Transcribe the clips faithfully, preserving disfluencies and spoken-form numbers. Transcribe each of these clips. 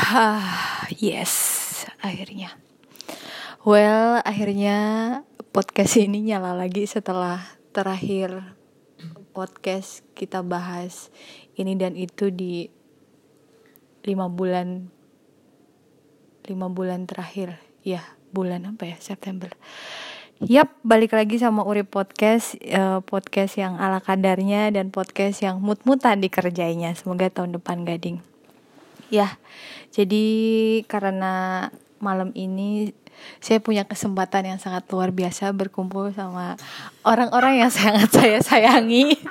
Ah, yes, akhirnya. Well, akhirnya podcast ini nyala lagi setelah terakhir podcast kita bahas ini dan itu di lima bulan lima bulan terakhir. Ya, bulan apa ya? September. Yap, balik lagi sama Uri Podcast, uh, podcast yang ala kadarnya dan podcast yang mut-mutan dikerjainya. Semoga tahun depan gading. Ya, jadi karena malam ini saya punya kesempatan yang sangat luar biasa berkumpul sama orang-orang yang sangat saya sayangi.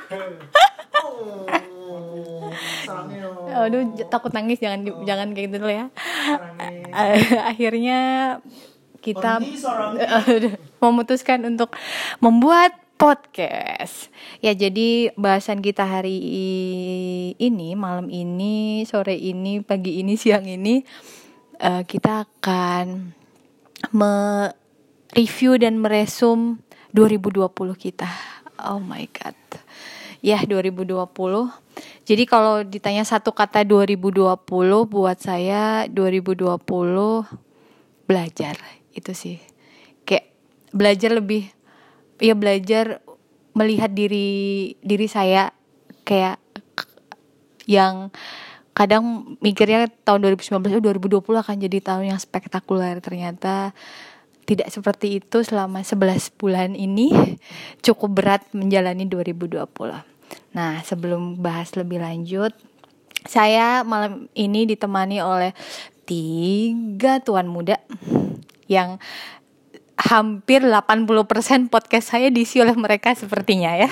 Aduh, takut nangis, jangan jangan kayak gitu dulu ya. Akhirnya kita memutuskan untuk membuat podcast. Ya, jadi bahasan kita hari ini, malam ini, sore ini, pagi ini, siang ini, uh, kita akan mereview dan meresum dua ribu dua puluh kita. Oh my god. Ya, dua ribu dua puluh. Jadi kalau ditanya satu kata dua ribu dua puluh, buat saya dua ribu dua puluh belajar. Itu sih. Kayak belajar lebih ya belajar melihat diri diri saya kayak yang kadang mikirnya tahun dua ribu sembilan belas dua ribu dua puluh akan jadi tahun yang spektakuler, ternyata tidak seperti itu. Selama sebelas bulan ini cukup berat menjalani dua ribu dua puluh. Nah, sebelum bahas lebih lanjut, saya malam ini ditemani oleh tiga tuan muda yang hampir delapan puluh persen podcast saya diisi oleh mereka sepertinya ya.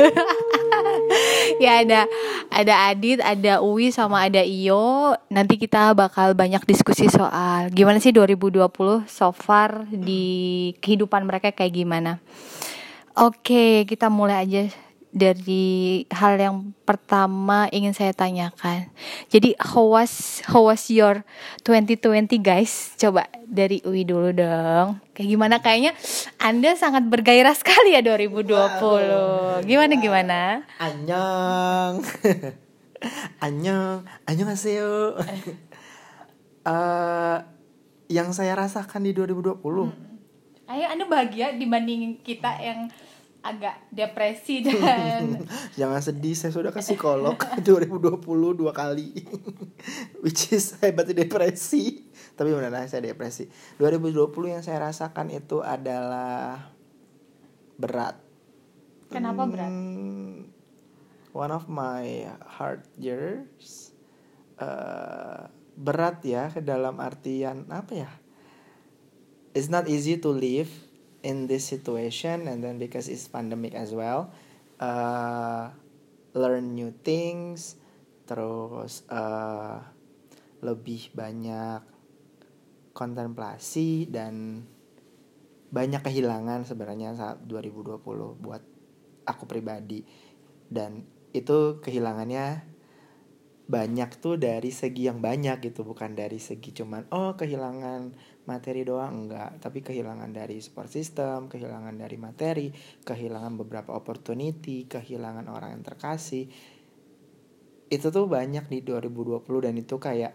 Ya, ada ada Adit, ada Uwi, sama ada Iyo. Nanti kita bakal banyak diskusi soal gimana sih dua ribu dua puluh so far di kehidupan mereka kayak gimana. Oke, kita mulai aja dari hal yang pertama ingin saya tanyakan. Jadi how was how was your twenty twenty guys? Coba dari Uwi dulu dong. Kayak gimana? Kayaknya Anda sangat bergairah sekali ya dua ribu dua puluh. Gimana gimana? Annyeong. Annyeong, annyeonghaseyo. uh, yang saya rasakan di dua ribu dua puluh. Hmm. Ayo, Anda bahagia dibanding kita yang agak depresi dan jangan sedih, saya sudah ke psikolog dua ribu dua puluh dua kali. Which is hebatnya depresi. Tapi benar saya depresi. dua ribu dua puluh yang saya rasakan itu adalah berat. Kenapa berat? Hmm, one of my hard years. Uh, berat ya, ke dalam artian apa ya? It's not easy to live in this situation, and then because it's pandemic as well, uh, learn new things, terus uh, lebih banyak kontemplasi dan banyak kehilangan sebenarnya saat dua ribu dua puluh buat aku pribadi. Dan itu kehilangannya banyak tuh dari segi yang banyak gitu, bukan dari segi cuman oh kehilangan materi doang, enggak, tapi kehilangan dari support system, kehilangan dari materi, kehilangan beberapa opportunity, kehilangan orang yang terkasih. Itu tuh banyak di dua ribu dua puluh, dan itu kayak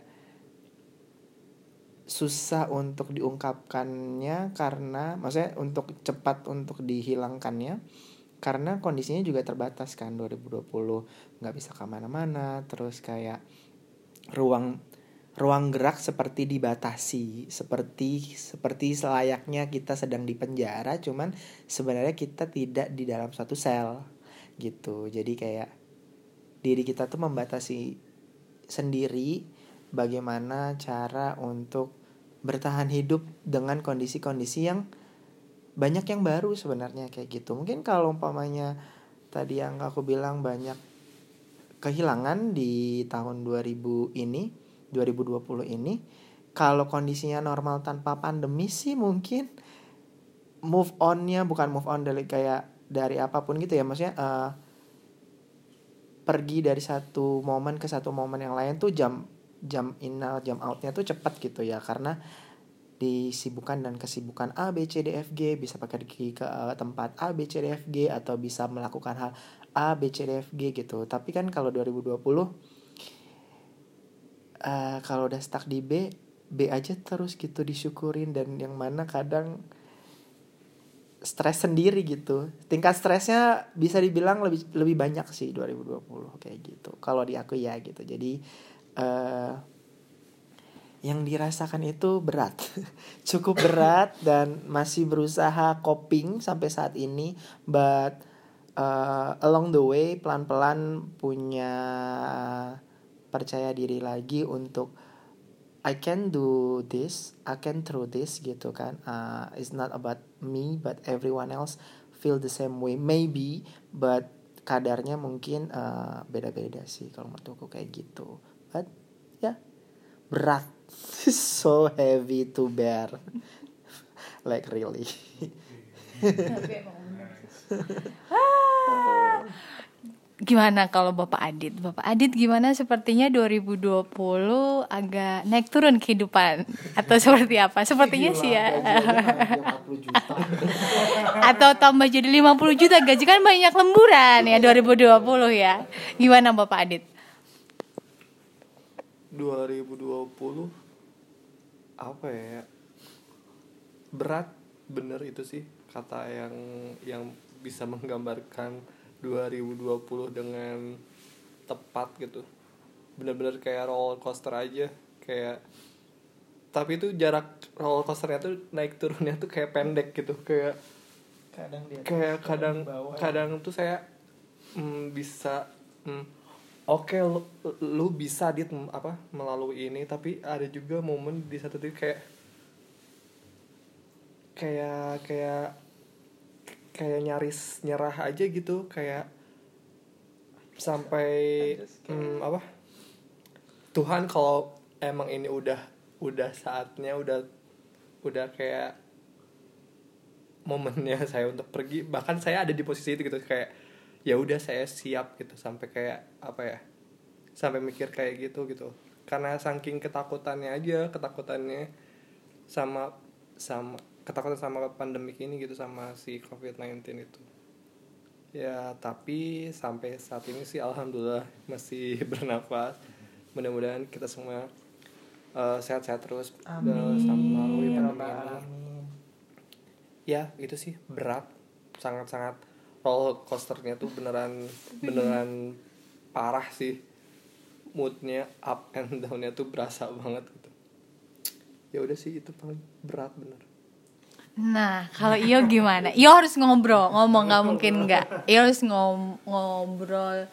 susah untuk diungkapkannya karena maksudnya untuk cepat untuk dihilangkannya karena kondisinya juga terbatas kan. Dua ribu dua puluh nggak bisa kemana-mana, terus kayak ruang ruang gerak seperti dibatasi, seperti seperti selayaknya kita sedang di penjara, cuman sebenarnya kita tidak di dalam satu sel gitu. Jadi kayak diri kita tuh membatasi sendiri bagaimana cara untuk bertahan hidup dengan kondisi-kondisi yang banyak yang baru sebenarnya kayak gitu. Mungkin kalau umpamanya tadi yang aku bilang banyak kehilangan di tahun dua ribu ini, dua ribu dua puluh ini, kalau kondisinya normal tanpa pandemi sih mungkin move on-nya bukan move on dari kayak dari apapun gitu ya, maksudnya uh, pergi dari satu momen ke satu momen yang lain tuh jam jam in jam out-nya tuh cepat gitu ya, karena disibukkan dan kesibukan A B C D F G, bisa pakai ke uh, tempat A B C D F G atau bisa melakukan hal A B C D F G gitu. Tapi kan kalau dua ribu dua puluh uh, kalau udah stuck di B, B aja terus gitu disyukurin, dan yang mana kadang stres sendiri gitu. Tingkat stresnya bisa dibilang lebih lebih banyak sih dua ribu dua puluh kayak gitu. Kalau di aku ya gitu. Jadi uh, yang dirasakan itu berat. Cukup berat dan masih berusaha coping sampai saat ini, but uh, along the way pelan-pelan punya percaya diri lagi untuk I can do this, I can through this gitu kan. Uh, it's not about me, but everyone else feel the same way maybe, but kadarnya mungkin uh, beda-beda sih kalau menurut aku kayak gitu. But ya yeah, berat, so heavy to bear, like really. Gimana kalau Bapak Adit? Bapak Adit gimana, sepertinya dua ribu dua puluh agak naik turun kehidupan atau seperti apa? Sepertinya sih ya. Atau tambah jadi lima puluh juta, gaji kan banyak lemburan ya dua ribu dua puluh ya. Gimana Bapak Adit? dua ribu dua puluh apa ya? Berat, bener itu sih kata yang yang bisa menggambarkan dua ribu dua puluh dengan tepat gitu. Bener-bener kayak roller coaster aja, kayak tapi itu jarak roller coasternya tuh naik turunnya tuh kayak pendek gitu, kayak kadang dia kayak kadang kadang tuh saya mm, bisa mm, oke okay, lu, lu bisa dit apa melalui ini, tapi ada juga momen di satu titik kayak kayak kayak kayak nyaris nyerah aja gitu, kayak sampai hmm, apa Tuhan, kalau emang ini udah udah saatnya, udah udah kayak momennya saya untuk pergi, bahkan saya ada di posisi itu gitu, kayak ya udah saya siap gitu, sampai kayak apa ya, sampai mikir kayak gitu gitu, karena saking ketakutannya aja, ketakutannya sama sama ketakutan sama pandemik ini gitu, sama si covid sembilan belas itu ya. Tapi sampai saat ini sih alhamdulillah masih bernafas. Mudah-mudahan kita semua uh, sehat-sehat terus melalui pandemi ini. Ya itu sih berat, sangat-sangat roller coasternya tuh beneran beneran parah sih, moodnya up and downnya tuh berasa banget gitu. Ya udah sih, itu paling berat bener. Nah, kalau Iyo gimana? Iyo harus ngobrol, ngomong nggak mungkin nggak. Iyo harus ngom- ngobrol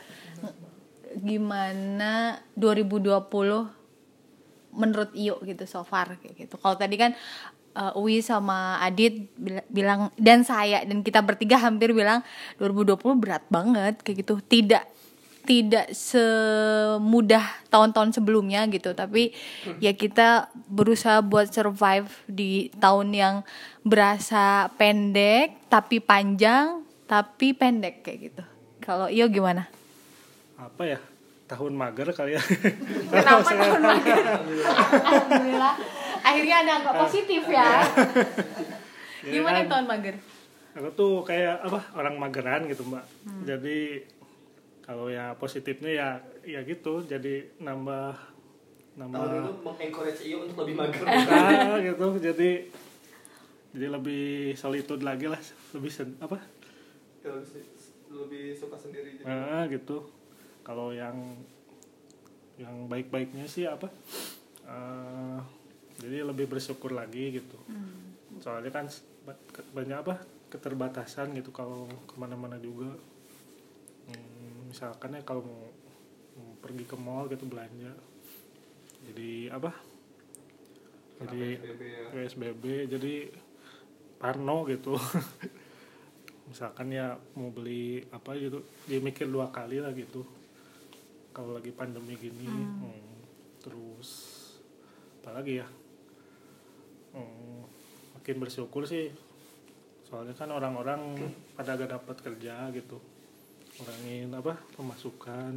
gimana dua ribu dua puluh menurut Iyo gitu so far kayak gitu. Kalau tadi kan uh, Uwi sama Adit bilang, dan saya dan kita bertiga hampir bilang dua ribu dua puluh berat banget kayak gitu. Tidak tidak semudah tahun-tahun sebelumnya gitu, tapi ya kita berusaha buat survive di tahun yang berasa pendek tapi panjang, tapi pendek kayak gitu. Kalau Iyo gimana? Apa ya, tahun mager kali ya. Kenapa tahun mager? Alhamdulillah akhirnya ada angka positif ya. Gimana tahun mager? Aku tuh kayak apa, orang mageran gitu Mbak. hmm. Jadi kalau ya positifnya ya ya gitu, jadi nambah nambah tahun itu mengencourage Iyo untuk lebih mager. Nah, gitu. Jadi jadi lebih solitude lagi lah, lebih sen, apa? Ya, lebih, lebih suka sendiri gitu. Nah, gitu. Kalau yang yang baik-baiknya sih apa? Uh, jadi lebih bersyukur lagi gitu. Hmm. Soalnya kan banyak apa? Keterbatasan gitu kalau kemana-mana juga. Misalkan ya kalau mau, mau pergi ke mall gitu belanja, jadi apa, jadi P S B B, ya. P S B B jadi parno gitu. Misalkan ya mau beli apa gitu, dia mikir dua kali lah gitu kalau lagi pandemi gini. hmm. Hmm, terus apalagi ya, hmm, makin bersyukur sih, soalnya kan orang-orang hmm. pada gak dapat kerja gitu, ngurangin apa pemasukan.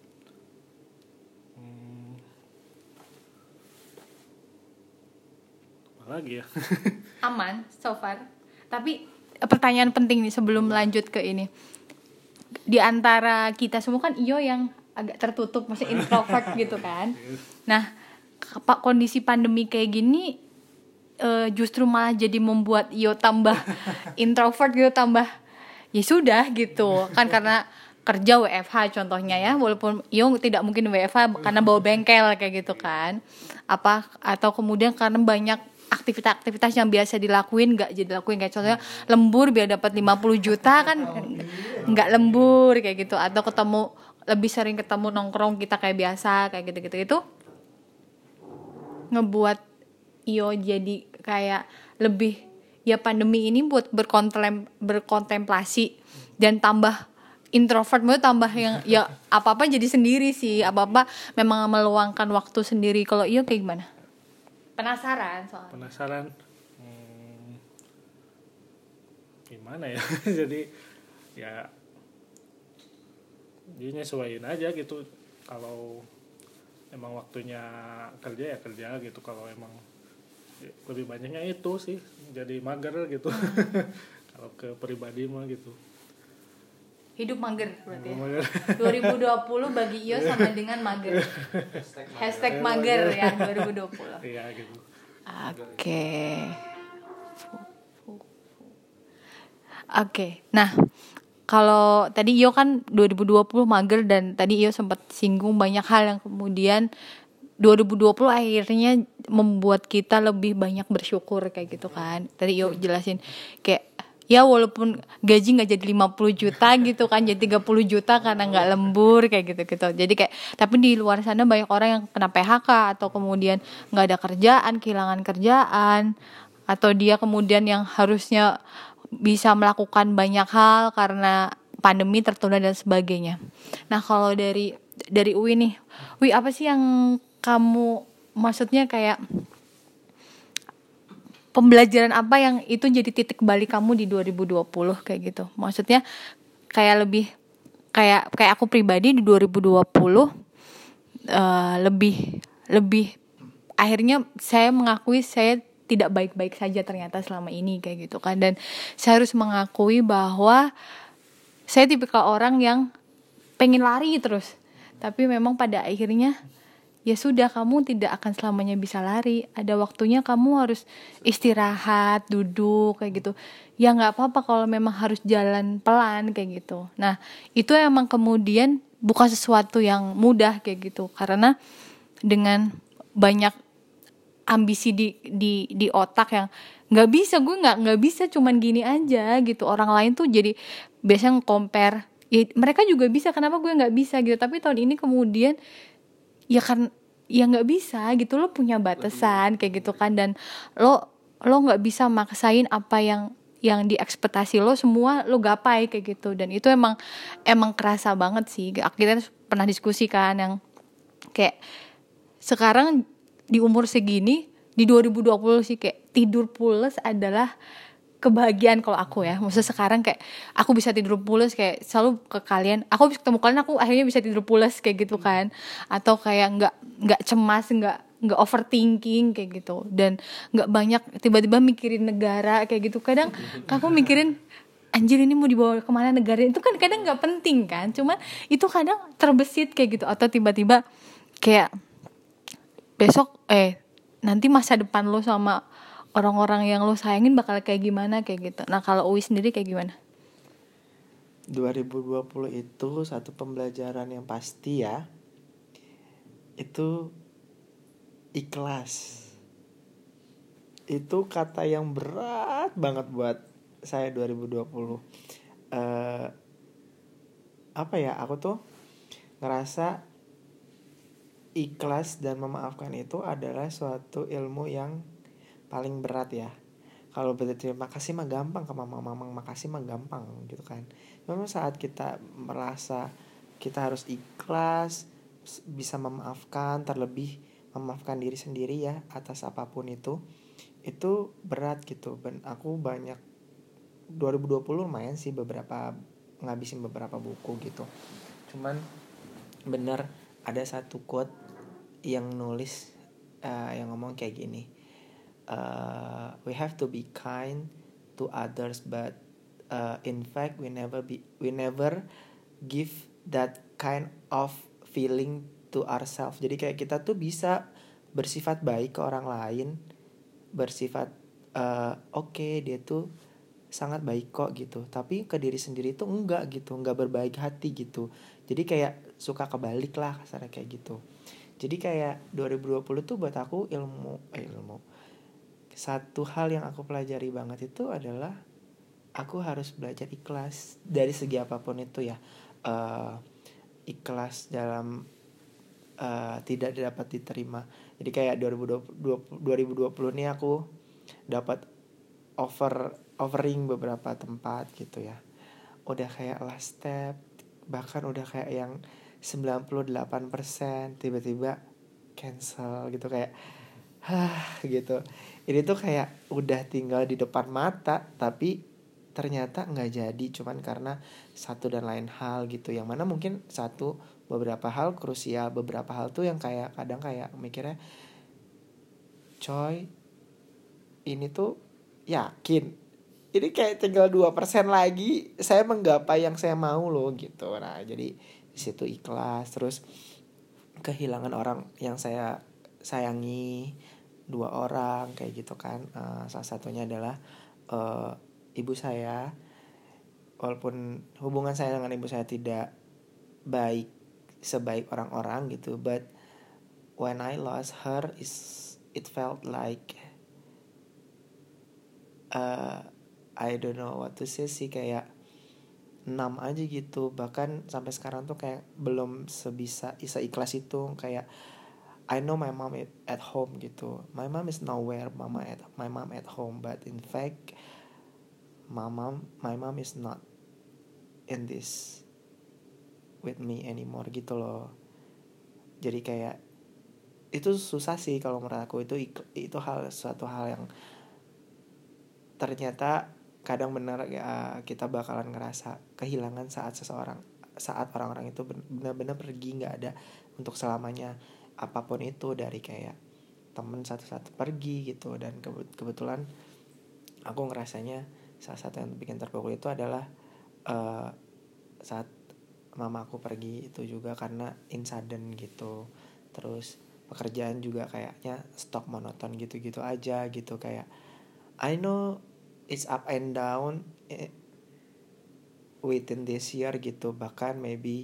hmm. Apa lagi ya? Aman so far. Tapi pertanyaan penting nih sebelum lanjut ke ini, di antara kita semua kan Iyo yang agak tertutup, maksudnya introvert gitu kan. Nah, Pak, kondisi pandemi kayak gini uh, justru malah jadi membuat Iyo tambah introvert gitu, tambah ya sudah gitu kan, karena kerja W F H contohnya ya, walaupun Iyo tidak mungkin W F H karena bawa bengkel kayak gitu kan, apa atau kemudian karena banyak aktivitas-aktivitas yang biasa dilakuin nggak jadi lakuin, kayak contohnya lembur biar dapat lima puluh juta kan nggak lembur kayak gitu, atau ketemu lebih sering ketemu nongkrong kita kayak biasa kayak gitu-gitu, itu ngebuat Iyo jadi kayak lebih ya pandemi ini buat berkontem berkontemplasi dan tambah introvert, mau tambah yang ya apa-apa jadi sendiri sih, apa-apa memang meluangkan waktu sendiri. Kalau Iyo kayak gimana? Penasaran soalnya. Penasaran. Hmm, gimana ya? Jadi ya dia nyesuaiin aja gitu. Kalau emang waktunya kerja ya kerja gitu. Kalau emang lebih banyaknya itu sih jadi mager gitu. Kalau ke pribadi mah gitu. Hidup mager berarti ya. Mager. dua ribu dua puluh bagi Iyo sama dengan mager. Hashtag mager ya dua ribu dua puluh. Iya gitu. Oke. Oke. Nah, kalau tadi Iyo kan dua ribu dua puluh mager, dan tadi Iyo sempat singgung banyak hal yang kemudian dua ribu dua puluh akhirnya membuat kita lebih banyak bersyukur kayak gitu kan. Tadi Iyo jelasin kayak ya walaupun gaji nggak jadi lima puluh juta gitu kan, jadi tiga puluh juta karena nggak lembur kayak gitu-gitu. Jadi kayak tapi di luar sana banyak orang yang kena P H K atau kemudian nggak ada kerjaan, kehilangan kerjaan, atau dia kemudian yang harusnya bisa melakukan banyak hal karena pandemi tertunda dan sebagainya. Nah, kalau dari dari Uwi nih, Uwi apa sih yang kamu maksudnya kayak pembelajaran apa yang itu jadi titik balik kamu di dua ribu dua puluh kayak gitu? Maksudnya kayak lebih kayak kayak aku pribadi di dua ribu dua puluh uh, lebih lebih akhirnya saya mengakui saya tidak baik-baik saja ternyata selama ini kayak gitu kan, dan saya harus mengakui bahwa saya tipikal orang yang pengen lari terus, tapi memang pada akhirnya ya sudah, kamu tidak akan selamanya bisa lari. Ada waktunya kamu harus istirahat, duduk kayak gitu. Ya nggak apa-apa kalau memang harus jalan pelan kayak gitu. Nah, itu emang kemudian bukan sesuatu yang mudah kayak gitu, karena dengan banyak ambisi di di di otak yang nggak bisa, gue nggak nggak bisa cuman gini aja gitu. Orang lain tuh jadi biasanya compare, ya mereka juga bisa, kenapa gue nggak bisa gitu. Tapi tahun ini kemudian ya kan ya nggak bisa gitu, lo punya batasan kayak gitu kan, dan lo lo nggak bisa maksain apa yang yang diekspektasi lo semua lo gapai kayak gitu. Dan itu emang emang kerasa banget sih. Kita pernah diskusi kan yang kayak sekarang di umur segini di dua ribu dua puluh sih, kayak tidur pules adalah kebahagiaan kalau aku ya. Maksudnya sekarang kayak aku bisa tidur pules, kayak selalu ke kalian, aku bisa ketemu kalian aku akhirnya bisa tidur pules kayak gitu kan, atau kayak nggak nggak cemas, nggak nggak overthinking kayak gitu, dan nggak banyak tiba-tiba mikirin negara kayak gitu. Kadang aku mikirin anjir ini mau dibawa kemana negara, itu kan kadang nggak penting kan, cuman itu kadang terbesit kayak gitu. Atau tiba-tiba kayak besok eh nanti masa depan lo sama orang-orang yang lo sayangin bakal kayak gimana kayak gitu. Nah, kalau Uwi sendiri kayak gimana? dua ribu dua puluh itu satu pembelajaran yang pasti ya, itu ikhlas. Itu kata yang berat banget buat saya dua ribu dua puluh. uh, Apa ya, aku tuh ngerasa ikhlas dan memaafkan itu adalah suatu ilmu yang paling berat ya. Kalau berterima kasih mah gampang, ke mama mama makasih mah gampang gitu kan. Memang saat kita merasa kita harus ikhlas, bisa memaafkan, terlebih memaafkan diri sendiri ya atas apapun itu, itu berat gitu. Dan aku banyak dua ribu dua puluh lumayan sih beberapa ngabisin beberapa buku gitu. Cuman bener ada satu quote yang nulis uh, yang ngomong kayak gini, uh, we have to be kind to others, but uh, in fact we never be we never give that kind of feeling to ourselves. Jadi kayak kita tuh bisa bersifat baik ke orang lain, bersifat uh, oke okay, dia tuh sangat baik kok gitu, tapi ke diri sendiri tuh enggak gitu, enggak berbaik hati gitu. Jadi kayak suka kebalik lah kasarnya kayak gitu. Jadi kayak dua ribu dua puluh tuh buat aku ilmu eh ilmu satu hal yang aku pelajari banget itu adalah aku harus belajar ikhlas dari segi apapun itu ya. Uh, ikhlas dalam uh, tidak dapat diterima. Jadi kayak dua ribu dua puluh ini aku dapat over offering beberapa tempat gitu ya. Udah kayak last step, bahkan udah kayak yang sembilan puluh delapan persen tiba-tiba cancel gitu, kayak hah gitu. Ini tuh kayak udah tinggal di depan mata tapi ternyata nggak jadi, cuman karena satu dan lain hal gitu. Yang mana mungkin satu beberapa hal krusial, beberapa hal tuh yang kayak kadang kayak mikirnya, coy ini tuh yakin ini kayak tinggal dua persen lagi saya menggapai yang saya mau loh gitu. Nah jadi di situ ikhlas. Terus kehilangan orang yang saya sayangi, dua orang kayak gitu kan. uh, Salah satunya adalah uh, ibu saya. Walaupun hubungan saya dengan ibu saya tidak baik sebaik orang-orang gitu, but when I lost her is it felt like uh, I don't know what to say sih, kayak enam aja gitu. Bahkan sampai sekarang tuh kayak belum sebisa seikhlas itu. Kayak I know my mom at home gitu. My mom is nowhere, mama at my mom at home, but in fact my mom my mom is not in this with me anymore gitu loh. Jadi kayak itu susah sih kalau menurut aku. Itu itu hal suatu hal yang ternyata kadang benar ya, kita bakalan ngerasa kehilangan saat seseorang, saat orang-orang itu benar-benar pergi, nggak ada untuk selamanya. Apapun itu, dari kayak temen satu-satu pergi gitu. Dan kebetulan aku ngerasanya salah satu yang bikin terpukul itu adalah uh, saat mama aku pergi itu juga karena insiden gitu. Terus pekerjaan juga kayaknya stop monoton gitu-gitu aja gitu. Kayak I know it's up and down eh, within this year gitu. Bahkan maybe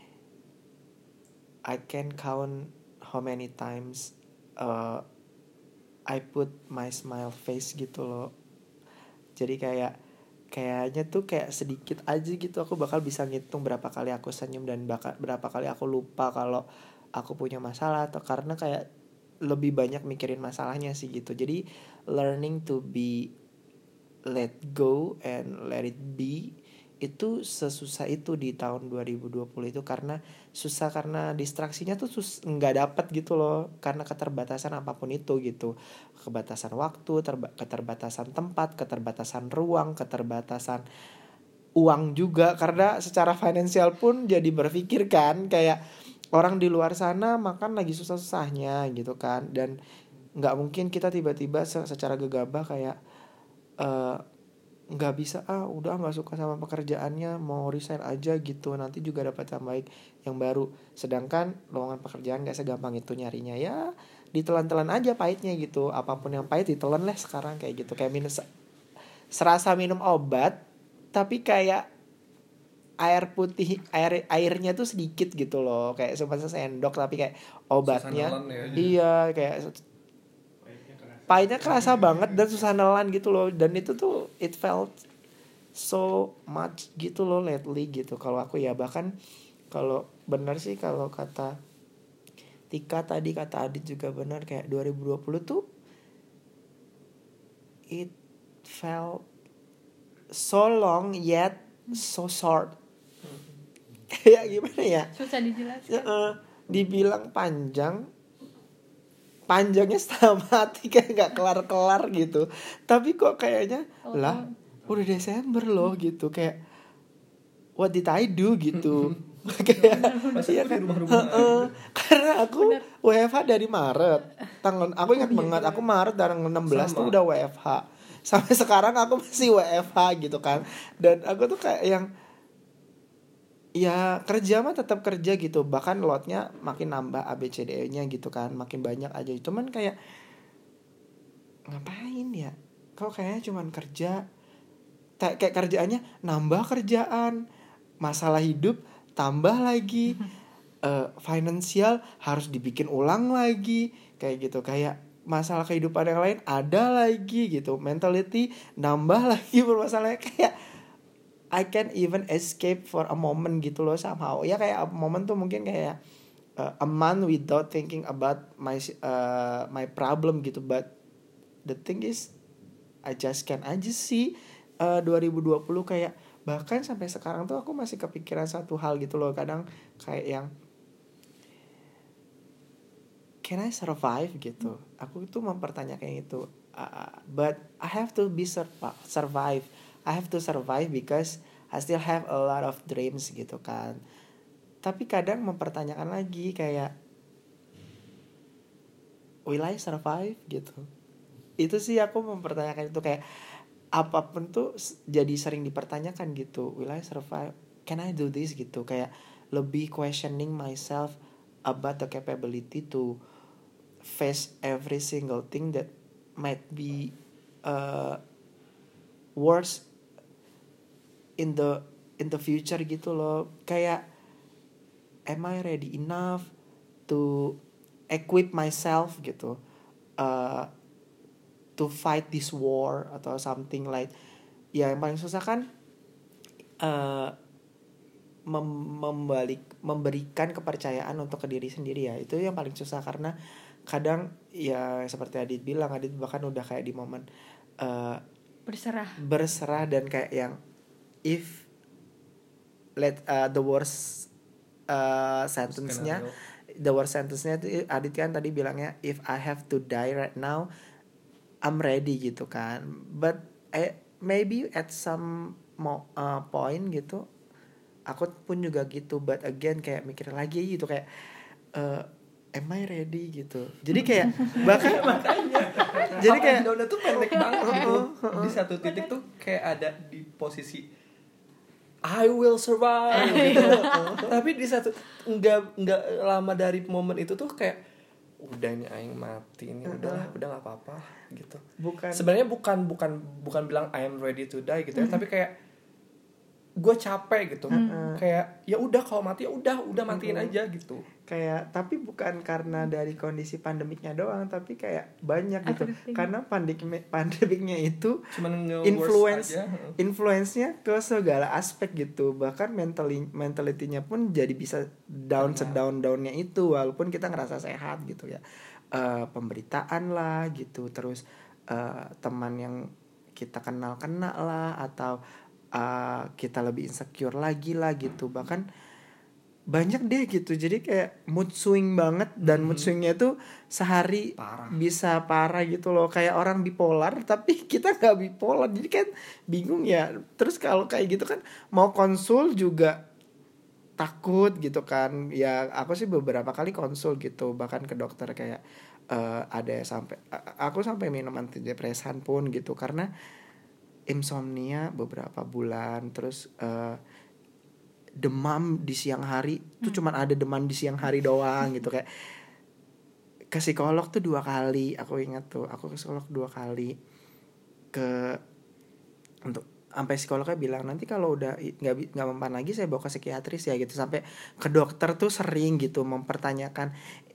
I can count how many times uh, I put my smile face gitu loh. Jadi kayak kayaknya tuh kayak sedikit aja gitu aku bakal bisa ngitung berapa kali aku senyum dan bakal berapa kali aku lupa kalau aku punya masalah. Atau karena kayak lebih banyak mikirin masalahnya sih gitu. Jadi learning to be let go and let it be itu sesusah itu di tahun dua ribu dua puluh itu. Karena susah karena distraksinya tuh sus- nggak dapet gitu loh, karena keterbatasan apapun itu gitu. Keterbatasan waktu, terba- keterbatasan tempat, keterbatasan ruang, keterbatasan uang juga. Karena secara finansial pun jadi berpikir kan, kayak orang di luar sana makan lagi susah-susahnya gitu kan. Dan nggak mungkin kita tiba-tiba secara gegabah kayak uh, nggak bisa, ah udah nggak suka sama pekerjaannya mau resign aja gitu, nanti juga dapat yang baik yang baru. Sedangkan lowongan pekerjaan nggak segampang itu nyarinya. Ya ditelan-telan aja pahitnya gitu. Apapun yang pahit ditelan lah sekarang kayak gitu. Kayak minum serasa minum obat tapi kayak air putih, air airnya tuh sedikit gitu loh, kayak cuma sendok tapi kayak obatnya ya, iya kayak pahitnya kerasa banget dan susah nelan gitu loh. Dan itu tuh it felt so much gitu loh lately gitu kalau aku ya. Bahkan kalau benar sih kalau kata Tika tadi, kata Adit juga benar, kayak dua ribu dua puluh tuh it felt so long yet so short. Kayak gimana ya, susah dijelaskan. uh, dibilang panjang panjangnya setengah mati, kayak gak kelar-kelar gitu. Tapi kok kayaknya oh, lah udah Desember loh gitu. Kayak what did I do gitu. Kayak iya kan, uh, karena aku bener. W F H dari Maret tanggal, aku ingat banget aku Maret tanggal enam belas tuh udah W F H. Sampai sekarang aku masih W F H gitu kan. Dan aku tuh kayak yang ya kerja mah tetap kerja gitu, bahkan lotnya makin nambah A B C D E-nya gitu kan, makin banyak aja. Cuman kayak ngapain ya? Kok kayaknya cuman kerja, kayak kerjaannya nambah kerjaan, masalah hidup tambah lagi, uh, finansial harus dibikin ulang lagi kayak gitu, kayak masalah kehidupan yang lain ada lagi gitu, mentality nambah lagi bermasalahnya. Kayak I can't even escape for a moment gitu loh somehow. Ya kayak moment tuh mungkin kayak uh, a month without thinking about my uh, my problem gitu. But the thing is I just can't aja sih uh, dua ribu dua puluh kayak, bahkan sampai sekarang tuh aku masih kepikiran satu hal gitu loh. Kadang kayak yang can I survive gitu. Aku itu mempertanyakan itu. Uh, but I have to be sur- survive. I have to survive because I still have a lot of dreams gitu kan. Tapi kadang mempertanyakan lagi kayak, will I survive gitu. Itu sih aku mempertanyakan itu, kayak apapun tuh jadi sering dipertanyakan gitu. Will I survive? Can I do this gitu. Kayak lebih questioning myself about the capability to face every single thing that might be uh, worse in the in the future gitu loh. Kayak am I ready enough to equip myself gitu uh, to fight this war atau something like. Ya yang paling susah kan uh, mem- membalik memberikan kepercayaan untuk ke diri sendiri ya. Itu yang paling susah, karena kadang ya seperti Adit bilang, Adit bahkan udah kayak di momen uh, berserah berserah dan kayak yang if let uh, the worst uh, sentence-nya Skenario. the worst sentence-nya itu Adit kan tadi bilangnya if I have to die right now I'm ready gitu kan. But eh, maybe at some mo- uh, point gitu aku pun juga gitu, but again kayak mikir lagi gitu kayak uh, am I ready gitu. Jadi kayak bahkan makanya jadi kayak downnya tuh pendek banget gitu. Di satu titik tuh kayak ada di posisi I will survive gitu. Tapi di satu enggak enggak lama dari momen itu tuh kayak udah nih aing mati ini, udah udah enggak apa-apa gitu. Bukan. Sebenarnya bukan bukan bukan bilang I am ready to die gitu ya, tapi kayak gue capek gitu. Mm. Kayak ya udah kalau mati ya udah udah matiin mm. aja gitu. Kayak tapi bukan karena dari kondisi pandemiknya doang, tapi kayak banyak gitu. Everything. Karena pandemik pandemiknya itu cuman influence aja. influence-nya ke segala aspek gitu. Bahkan mentally mentality-nya pun jadi bisa down sedown-downnya itu walaupun kita ngerasa sehat gitu ya. Uh, pemberitaan lah gitu, terus uh, teman yang kita kenal kena lah, atau Uh, kita lebih insecure lagi lah gitu. Bahkan banyak deh gitu. Jadi kayak mood swing banget. Dan mm-hmm. mood swingnya tuh sehari parah. Bisa parah gitu loh. Kayak orang bipolar tapi kita gak bipolar. Jadi kan bingung ya. Terus kalau kayak gitu kan mau konsul juga takut gitu kan. Ya aku sih beberapa kali konsul gitu, bahkan ke dokter kayak uh, ada sampai aku sampai minum antidepresan pun gitu, karena insomnia beberapa bulan, terus uh, demam di siang hari hmm. tuh cuman ada demam di siang hari doang gitu. Kayak ke psikolog tuh dua kali, aku ingat tuh aku ke psikolog dua kali, ke untuk sampai psikolognya bilang nanti kalau udah nggak nggak mempan lagi saya bawa ke psikiatris ya gitu. Sampai ke dokter tuh sering gitu mempertanyakan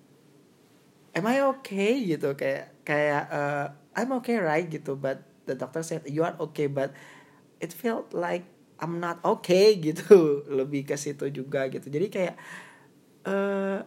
am I okay gitu, kayak kayak uh, I'm okay right gitu, but the doctor said you are okay but it felt like I'm not okay gitu. Lebih ke situ juga gitu. Jadi kayak uh,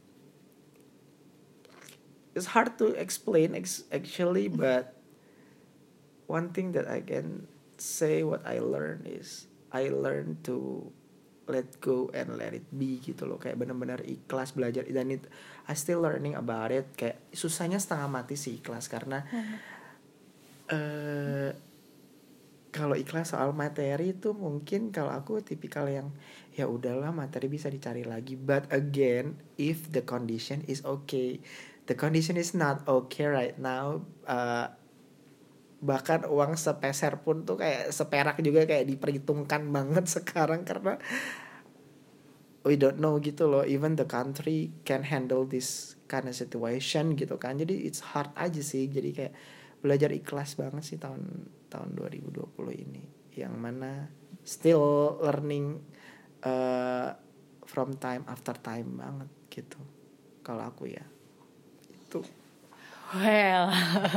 it's hard to explain actually, but one thing that I can say what I learned is I learned to let go and let it be gitu loh. Kayak benar-benar ikhlas belajar, dan it, I still learning about it. Kayak susahnya setengah mati sih ikhlas, karena Uh, kalau ikhlas soal materi itu mungkin kalau aku tipikal yang ya udahlah materi bisa dicari lagi. But again, if the condition is okay, the condition is not okay right now, uh, bahkan uang sepeser pun tuh kayak seperak juga kayak diperhitungkan banget sekarang, karena we don't know gitu loh, even the country can handle this kind of situation gitu kan. Jadi it's hard aja sih. Jadi kayak belajar ikhlas banget sih tahun tahun dua ribu dua puluh ini, yang mana still learning uh, from time after time banget gitu kalau aku ya. Itu Well.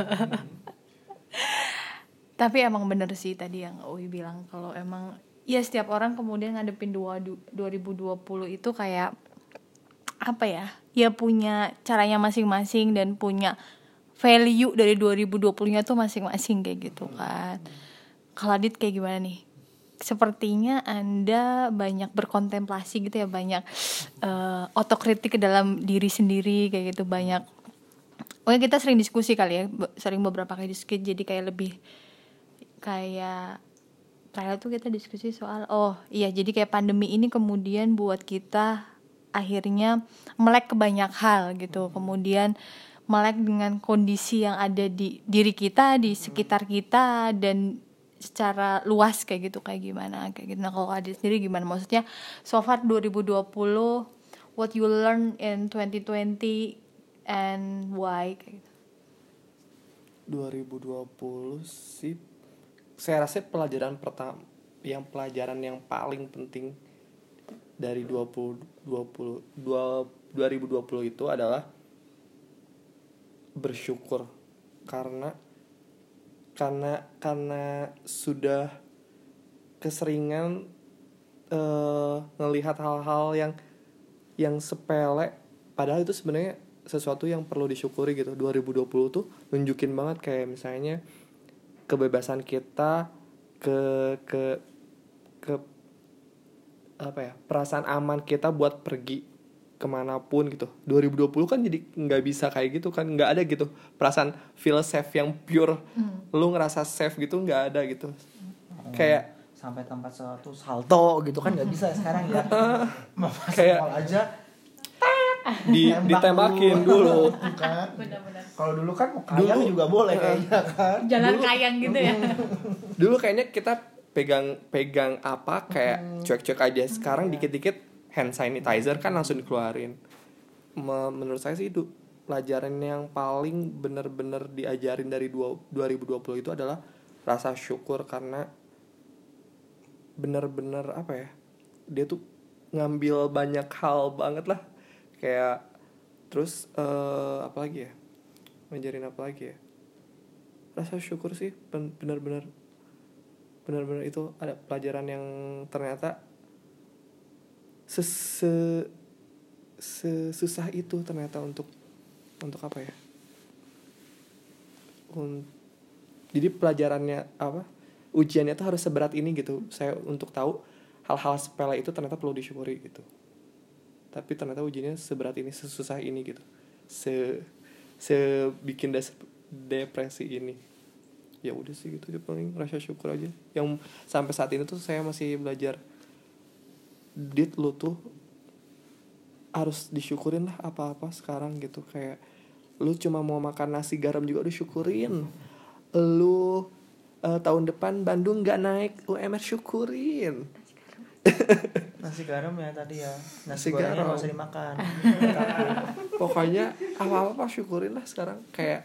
Tapi emang bener sih tadi yang Uwi bilang, kalau emang ya setiap orang kemudian ngadepin dua, dua ribu dua puluh itu kayak apa ya, ya punya caranya masing-masing dan punya value dari dua ribu dua puluh-nya tuh masing-masing kayak gitu kan. Kalau Adit kayak gimana nih? Sepertinya Anda banyak berkontemplasi gitu ya, banyak uh, otokritik ke dalam diri sendiri kayak gitu, banyak. Oke, kita sering diskusi kali ya, sering beberapa kali diskusi, jadi kayak lebih kayak kayak tuh kita diskusi soal oh iya, jadi kayak pandemi ini kemudian buat kita akhirnya melek ke banyak hal gitu, kemudian melek dengan kondisi yang ada di diri kita, di sekitar kita, dan secara luas kayak gitu, kayak gimana kayak gitu. Nah kalau Adit sendiri gimana, maksudnya so far dua ribu dua puluh what you learn in twenty twenty and why kayak gitu. dua ribu dua puluh sih saya rasa pelajaran pertama, yang pelajaran yang paling penting dari dua ribu dua puluh itu adalah bersyukur, karena karena karena sudah keseringan uh, ngelihat hal-hal yang yang sepele, padahal itu sebenarnya sesuatu yang perlu disyukuri gitu. dua ribu dua puluh tuh nunjukin banget kayak misalnya kebebasan kita, ke ke ke apa ya, perasaan aman kita buat pergi kemanapun gitu. dua ribu dua puluh kan jadi nggak bisa kayak gitu kan, nggak ada gitu perasaan feel safe yang pure, hmm. lu ngerasa safe gitu nggak ada gitu. Hmm. Kayak sampai tempat suatu salto gitu kan nggak bisa sekarang ya. Kayak aja di ditembakin dulu, dulu. Kan? Benar-benar. Kalau dulu kan mau kayang juga boleh kayaknya kan. Jalan dulu, kayang gitu ya. Dulu kayaknya kita pegang-pegang apa kayak hmm. cuek-cuek aja. Sekarang hmm. dikit-dikit hand sanitizer kan langsung dikeluarin. Menurut saya sih itu pelajaran yang paling benar-benar diajarin dari dua ribu dua puluh itu adalah rasa syukur, karena benar-benar apa ya, dia tuh ngambil banyak hal banget lah. Kayak terus uh, apa lagi ya, ngajarin apa lagi ya, rasa syukur sih, benar-benar benar-benar itu ada pelajaran yang ternyata sese sesusah itu ternyata untuk untuk apa ya, Un, jadi pelajarannya apa, ujiannya tuh harus seberat ini gitu. Saya untuk tahu hal-hal sepele itu ternyata perlu disyukuri gitu. Tapi ternyata ujiannya seberat ini, sesusah ini gitu, se se bikin des, depresi ini. Ya udah sih gitu, paling rasa syukur aja. Yang sampai saat ini tuh saya masih belajar. Dit, lu tuh harus disyukurin lah apa-apa sekarang gitu. Kayak lu cuma mau makan nasi garam juga udah syukurin. Lu uh, tahun depan Bandung gak naik U M R, syukurin. Nasi garam ya tadi ya, nasi, nasi gorengnya garam nggak usah dimakan. Pokoknya apa-apa syukurin lah sekarang. Kayak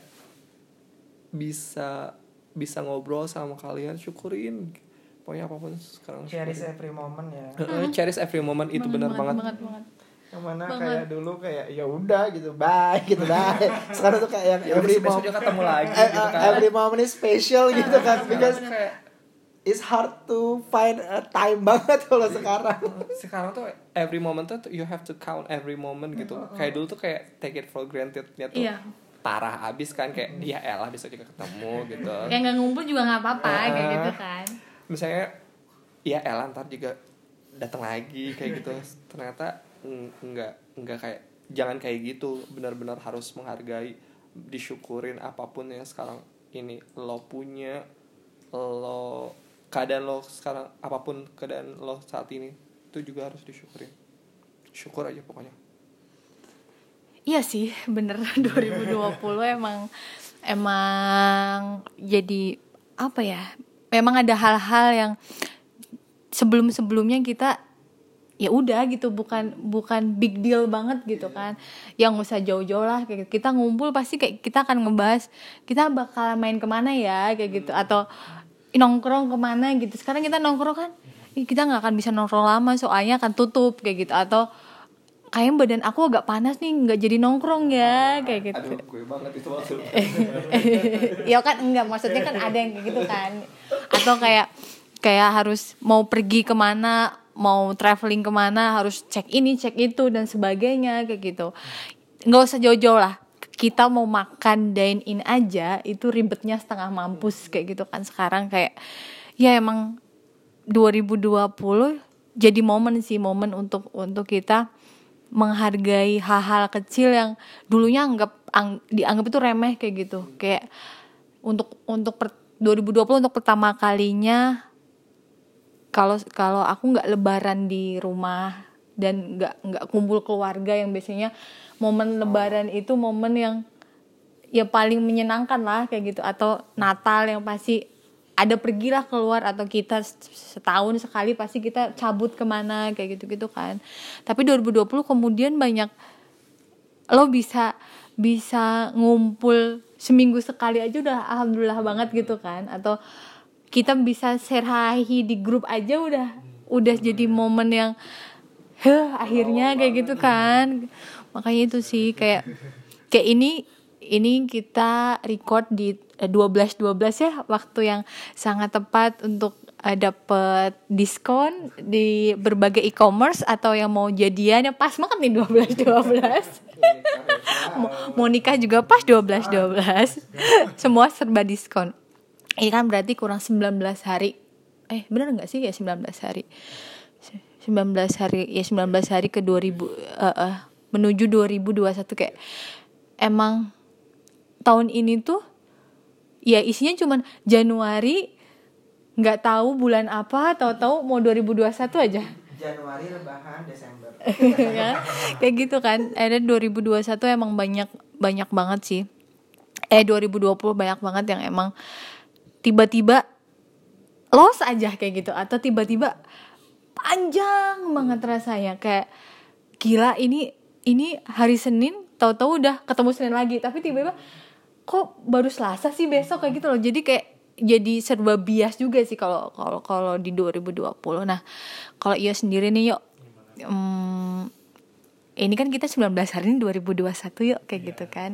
bisa bisa ngobrol sama kalian, syukurin. Pokoknya apapun sekarang cherish every moment ya. Uh, cherish every moment itu benar banget, banget, banget. Yang mana banget. Kayak dulu kayak ya udah gitu, bye gitu dah. Sekarang tuh kayak ya every moment ketemu lagi gitu kan. Every moment is special gitu kan, because kayak it's hard to find a time banget kalau sekarang. Sekarang tuh every moment tuh you have to count every moment gitu. Uh-uh. Kayak dulu tuh kayak take it for granted-nya tuh yeah. parah abis kan, kayak ya elah bisa juga ketemu gitu. Kayak nggak ngumpul juga nggak apa-apa uh, kayak gitu kan. Misalnya ya elah ntar juga datang lagi kayak gitu. Ternyata nggak nggak kayak, jangan kayak gitu. Benar-benar harus menghargai, disyukurin apapun yang sekarang ini lo punya, lo keadaan lo sekarang, apapun keadaan lo saat ini itu juga harus disyukurin. Syukur aja pokoknya. Iya sih, bener. dua ribu dua puluh emang emang jadi apa ya, memang ada hal-hal yang sebelum-sebelumnya kita ya udah gitu, bukan bukan big deal banget gitu kan, yang nggak usah jauh-jauh lah kayak gitu. Kita ngumpul pasti kayak kita akan ngebahas kita bakal main kemana ya kayak gitu, atau nongkrong kemana gitu. Sekarang kita nongkrong kan, ih, kita nggak akan bisa nongkrong lama soalnya akan tutup kayak gitu, atau kayaknya badan aku agak panas nih nggak jadi nongkrong ya kayak gitu. Aduh, gue banget itu maksudnya. Ya kan enggak, maksudnya kan ada yang kayak gitu kan, atau kayak kayak harus mau pergi kemana, mau traveling kemana, harus cek ini cek itu dan sebagainya kayak gitu. Nggak usah jauh-jauh lah, kita mau makan dine in aja itu ribetnya setengah mampus kayak gitu kan. Sekarang kayak ya emang dua ribu dua puluh jadi momen sih, momen untuk untuk kita menghargai hal-hal kecil yang dulunya anggap ang, dianggap itu remeh kayak gitu. Kayak untuk untuk per, dua ribu dua puluh untuk pertama kalinya kalau kalau aku nggak lebaran di rumah dan nggak nggak kumpul keluarga, yang biasanya momen lebaran itu momen yang ya paling menyenangkan lah kayak gitu, atau Natal yang pasti ada pergilah keluar, atau kita setahun sekali pasti kita cabut kemana kayak gitu-gitu kan. Tapi dua ribu dua puluh kemudian banyak, lo bisa bisa ngumpul seminggu sekali aja udah alhamdulillah banget gitu kan, atau kita bisa share hi di grup aja udah udah jadi momen yang heh akhirnya kayak gitu kan. Makanya itu sih kayak kayak ini ini kita record di dua belas dua belas ya, waktu yang sangat tepat untuk uh, dapet diskon di berbagai e-commerce, atau yang mau jadian ya pas banget nih dua belas dua belas. Mau nikah juga pas dua belas dua belas. Semua serba diskon. Ini kan berarti kurang sembilan belas hari. Eh benar enggak sih ya sembilan belas hari? sembilan belas hari ya sembilan belas hari ke dua ribu uh, uh, menuju dua ribu dua puluh satu. Kayak emang tahun ini tuh ya isinya cuman Januari, nggak tahu bulan apa, tahu-tahu mau dua ribu dua puluh satu aja. Januari rebahan, Desember. Ya, kayak gitu kan. Ada dua ribu dua puluh satu emang banyak banyak banget sih. Eh dua ribu dua puluh banyak banget yang emang tiba-tiba loss aja kayak gitu, atau tiba-tiba panjang banget rasanya kayak gila ini ini hari Senin, tahu-tahu udah ketemu Senin lagi, tapi tiba-tiba kok baru Selasa sih besok kayak gitu loh. Jadi kayak jadi serba bias juga sih kalau kalau kalau di dua ribu dua puluh. Nah, kalau Iyo sendiri nih yuk, hmm, ini kan kita sembilan belas hari ini dua ribu dua puluh satu yuk kayak yeah. gitu kan.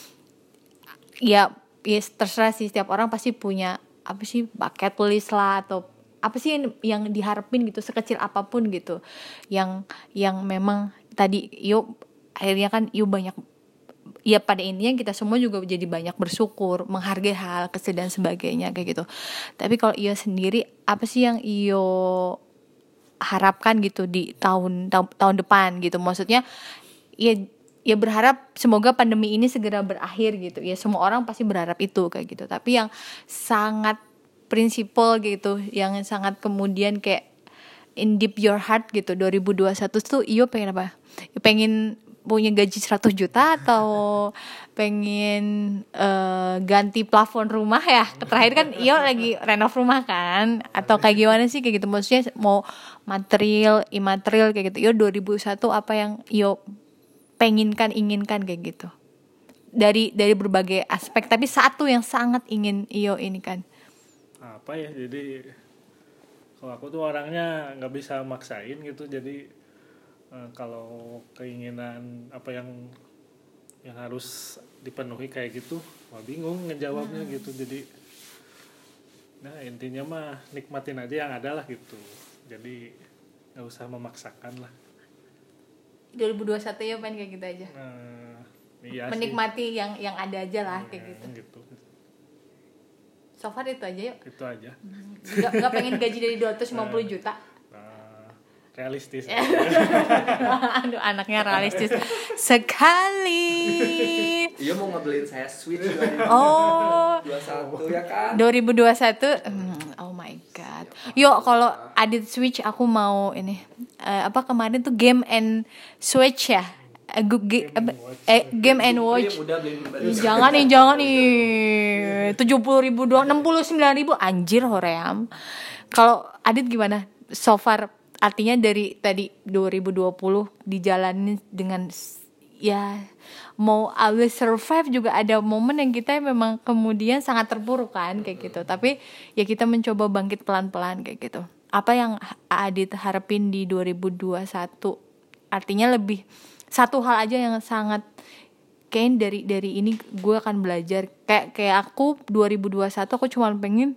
Ya, ya terserah sih, setiap orang pasti punya apa sih bucket list lah, atau apa sih yang, yang diharapin gitu, sekecil apapun gitu. Yang yang memang tadi Iyo akhirnya kan Iyo banyak, ya pada intinya kita semua juga jadi banyak bersyukur, menghargai hal kecil dan sebagainya kayak gitu. Tapi kalau Iyo sendiri, apa sih yang Iyo harapkan gitu di tahun ta- tahun depan gitu? Maksudnya ya ya berharap semoga pandemi ini segera berakhir gitu. Ya semua orang pasti berharap itu kayak gitu. Tapi yang sangat prinsipal gitu, yang sangat kemudian kayak in deep your heart gitu, dua ribu dua puluh satu tuh Iyo pengen apa? Ya pengen punya gaji seratus juta, atau pengen uh, ganti plafon rumah ya. Terakhir kan Iyo lagi renov rumah kan, atau kayak gimana sih kayak gitu. Maksudnya mau material, imaterial kayak gitu. Iyo dua ribu satu apa yang Iyo penginkan, inginkan kayak gitu. Dari dari berbagai aspek, tapi satu yang sangat ingin Iyo ini kan. Apa ya, jadi kalau aku tuh orangnya nggak bisa maksain gitu. Jadi Uh, kalau keinginan apa yang yang harus dipenuhi kayak gitu, mah bingung ngejawabnya hmm. gitu. Jadi, nah intinya mah nikmatin aja yang ada lah gitu. Jadi nggak usah memaksakan lah. dua ribu dua puluh satu ya pengen kayak gitu aja. Nah, iya menikmati sih. yang yang ada aja lah hmm, kayak gitu. gitu. So far itu aja yuk. Itu aja. Gak, gak pengen gaji dari dua ratus lima puluh juta. Realistis. Aduh, anaknya realistis sekali. Iya mau ngebeliin saya Switch dua ribu dua puluh satu Oh, ya kan? dua ribu dua puluh satu hmm, oh my god. Yuk kalau Adit Switch aku mau ini uh, apa kemarin tuh Game and Switch ya. Uh, g- game, eh, game and Watch. Jangan nih, jangan nih. tujuh puluh ribu doang, enam puluh sembilan ribu anjir hoream. Kalau Adit gimana? So far artinya dari tadi dua ribu dua puluh dijalani dengan ya mau always survive, juga ada momen yang kita memang kemudian sangat terpuruk kan kayak gitu. Tapi ya kita mencoba bangkit pelan-pelan kayak gitu. Apa yang Adit harapin di dua ribu dua puluh satu? Artinya lebih satu hal aja yang sangat kayak dari dari ini gue akan belajar. Kayak kayak aku dua ribu dua puluh satu aku cuma pengen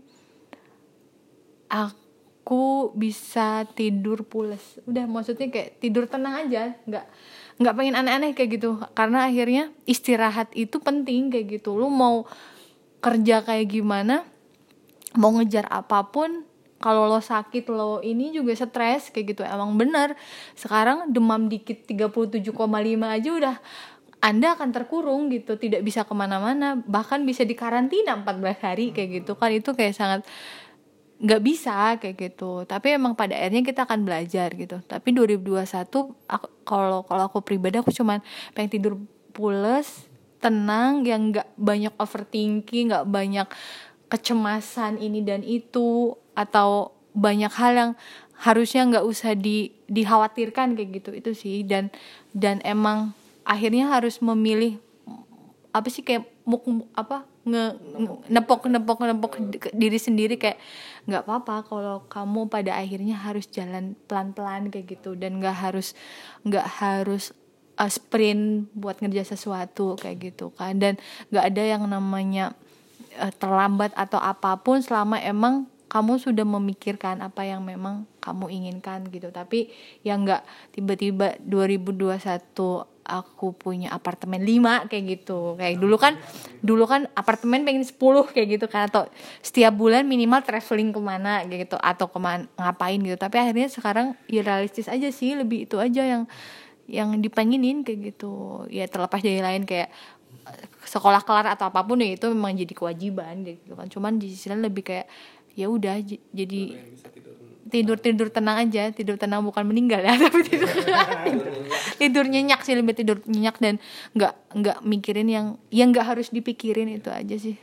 aku bisa tidur pules. Udah, maksudnya kayak tidur tenang aja, nggak nggak pengen aneh-aneh kayak gitu. Karena akhirnya istirahat itu penting kayak gitu. Lu mau kerja kayak gimana, mau ngejar apapun, kalau lo sakit lo ini juga stres kayak gitu. Emang bener sekarang demam dikit tiga puluh tujuh koma lima aja udah Anda akan terkurung gitu, tidak bisa kemana-mana, bahkan bisa dikarantina empat belas hari kayak gitu kan. Itu kayak sangat nggak bisa kayak gitu. Tapi emang pada akhirnya kita akan belajar gitu. Tapi dua ribu dua puluh satu aku, kalau kalau aku pribadi aku cuman pengen tidur pules, tenang, yang nggak banyak overthinking, nggak banyak kecemasan ini dan itu, atau banyak hal yang harusnya nggak usah di dikhawatirkan kayak gitu. Itu sih. Dan dan emang akhirnya harus memilih apa sih, kayak muk apa nge, nge nepok nepok nepok diri sendiri, kayak nggak apa-apa kalau kamu pada akhirnya harus jalan pelan-pelan kayak gitu, dan nggak harus nggak harus uh, sprint buat ngerjain sesuatu kayak gitu kan. Dan nggak ada yang namanya uh, terlambat atau apapun selama emang kamu sudah memikirkan apa yang memang kamu inginkan gitu. Tapi yang nggak tiba-tiba dua ribu dua puluh satu aku punya apartemen lima kayak gitu. Kayak dulu kan dulu kan apartemen pengen sepuluh kayak gitu kan, atau setiap bulan minimal traveling kemana kayak gitu, atau kemana ngapain gitu. Tapi akhirnya sekarang ya realistis aja sih, lebih itu aja yang yang dipengenin kayak gitu. Ya terlepas dari lain kayak sekolah kelar atau apapun ya itu memang jadi kewajiban gitu kan. Cuman di sisi lain lebih kayak ya udah j- jadi tidur tidur tenang aja, tidur tenang bukan meninggal ya, tapi tidur tidur, tidur nyenyak sih, lebih tidur nyenyak dan nggak nggak mikirin yang yang nggak harus dipikirin. Itu aja sih.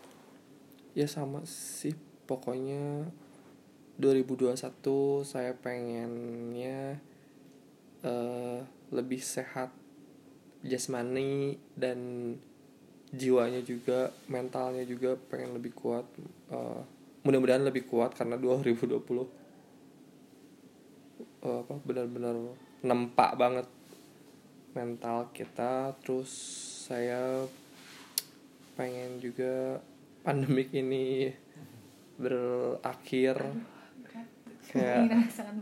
Ya sama sih, pokoknya dua ribu dua puluh satu saya pengennya uh, lebih sehat jasmani dan jiwanya juga, mentalnya juga pengen lebih kuat. Uh, mudah-mudahan lebih kuat karena dua ribu dua puluh uh, apa benar-benar nempak banget mental kita. Terus saya pengen juga pandemik ini berakhir. Kayak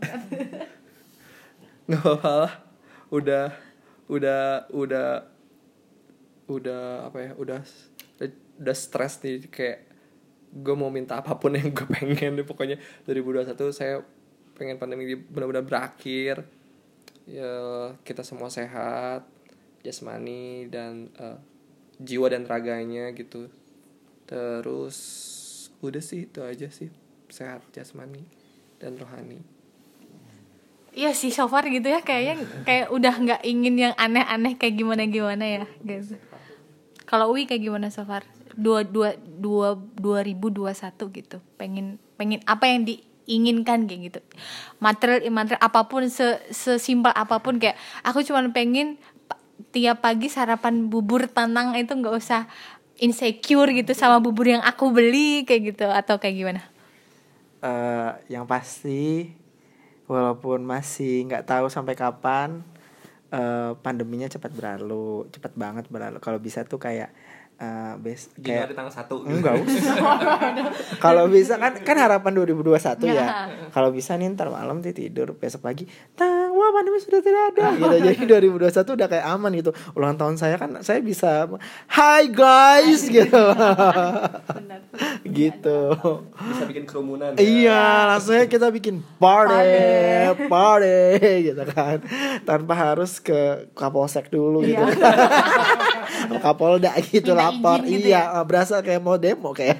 nggak apa-apa lah, udah udah udah udah apa ya udah udah stres nih, kayak gue mau minta apapun yang gue pengen deh. Pokoknya dua ribu dua puluh satu saya pengen pandemi ini benar-benar berakhir, ya kita semua sehat jasmani dan uh, jiwa dan raganya gitu. Terus udah sih, itu aja sih, sehat jasmani dan rohani. Iya sih, so far gitu ya, kayaknya kayak udah nggak ingin yang aneh-aneh kayak gimana-gimana ya gitu. Kalau Uwi kayak gimana so far? Dua dua dua dua ribu dua puluh satu gitu. Pengen pengen apa yang diinginkan kayak gitu. Material imaterial apapun, se sesimpel apapun, kayak aku cuma pengen tiap pagi sarapan bubur tenang, itu nggak usah insecure gitu sama bubur yang aku beli kayak gitu, atau kayak gimana? Uh, yang pasti walaupun masih nggak tahu sampai kapan, uh, pandeminya cepat berlalu, cepat banget berlalu. Kalau bisa tuh kayak uh, bes kayak Januari tanggal satu. Enggak usah. Kalau bisa kan kan harapan dua ribu dua puluh satu ya. Kalau bisa nih ntar malam tuh tidur, besok pagi tang, wah pandemi sudah tidak ada gitu. Jadi dua ribu dua puluh satu udah kayak aman gitu. Ulang tahun saya kan saya bisa hi guys gitu. Benar. Gitu. Bisa bikin kerumunan. Ya. Iya, langsungnya kita bikin party, party gitu kan. Tanpa harus ke Kapolsek dulu gitu. Kapolda gitu minta lapor. gitu Iya, ya? berasa kayak mau demo kayak.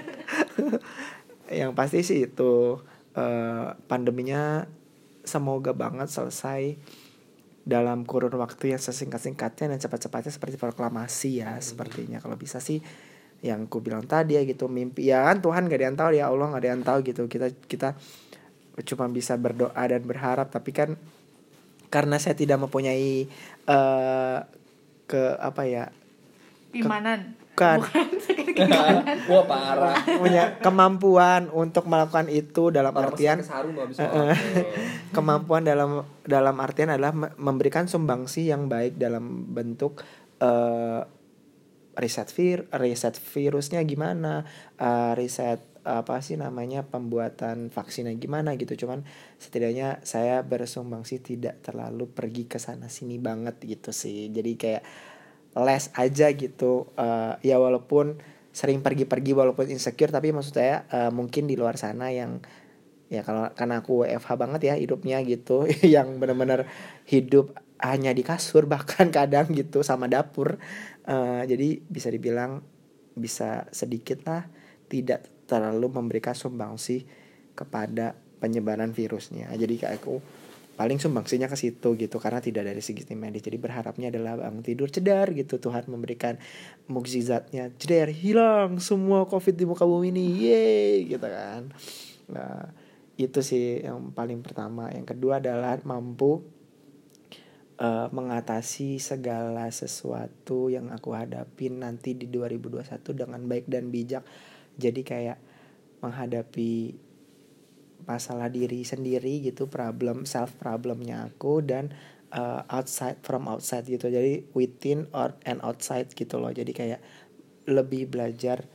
Yang pasti sih itu uh, pandeminya semoga banget selesai dalam kurun waktu yang sesingkat-singkatnya dan cepat-cepatnya, seperti proklamasi ya, hmm. sepertinya. Kalau bisa sih yang ku bilang tadi ya gitu, mimpi ya kan, Tuhan gak ada yang tahu ya, Allah gak ada yang tahu gitu. Kita kita cuma bisa berdoa dan berharap, tapi kan karena saya tidak mempunyai uh, ke apa ya Imanan. Bukan. Wah parah. punya kemampuan untuk melakukan itu dalam Orang artian pakai sarung nggak bisa. uh, kemampuan dalam dalam artian adalah me- memberikan sumbangsi yang baik dalam bentuk uh, riset vir riset virusnya gimana, uh, riset apa sih namanya pembuatan vaksinnya gimana gitu. Cuman setidaknya saya bersumbangsi tidak terlalu pergi ke sana sini banget gitu sih. Jadi kayak les aja gitu. Uh, ya walaupun sering pergi-pergi walaupun insecure, tapi maksud saya uh, mungkin di luar sana yang ya kalau karena aku W F H banget ya hidupnya gitu yang benar-benar hidup hanya di kasur bahkan kadang gitu sama dapur. Uh, jadi bisa dibilang bisa sedikit lah tidak terlalu memberikan sumbangsi kepada penyebaran virusnya. Jadi kayak aku paling sumbangsinya ke situ gitu karena tidak dari segi medis. Jadi berharapnya adalah bangun tidur cedar gitu, Tuhan memberikan mukjizatnya, cedar hilang semua covid di muka bumi ini, yeay gitu kan. Nah, itu sih yang paling pertama. Yang kedua adalah mampu uh, mengatasi segala sesuatu yang aku hadapin nanti di dua ribu dua puluh satu dengan baik dan bijak. Jadi kayak menghadapi masalah diri sendiri gitu, problem self problemnya aku, dan uh, outside from outside gitu. Jadi within or and outside gitu loh. Jadi kayak lebih belajar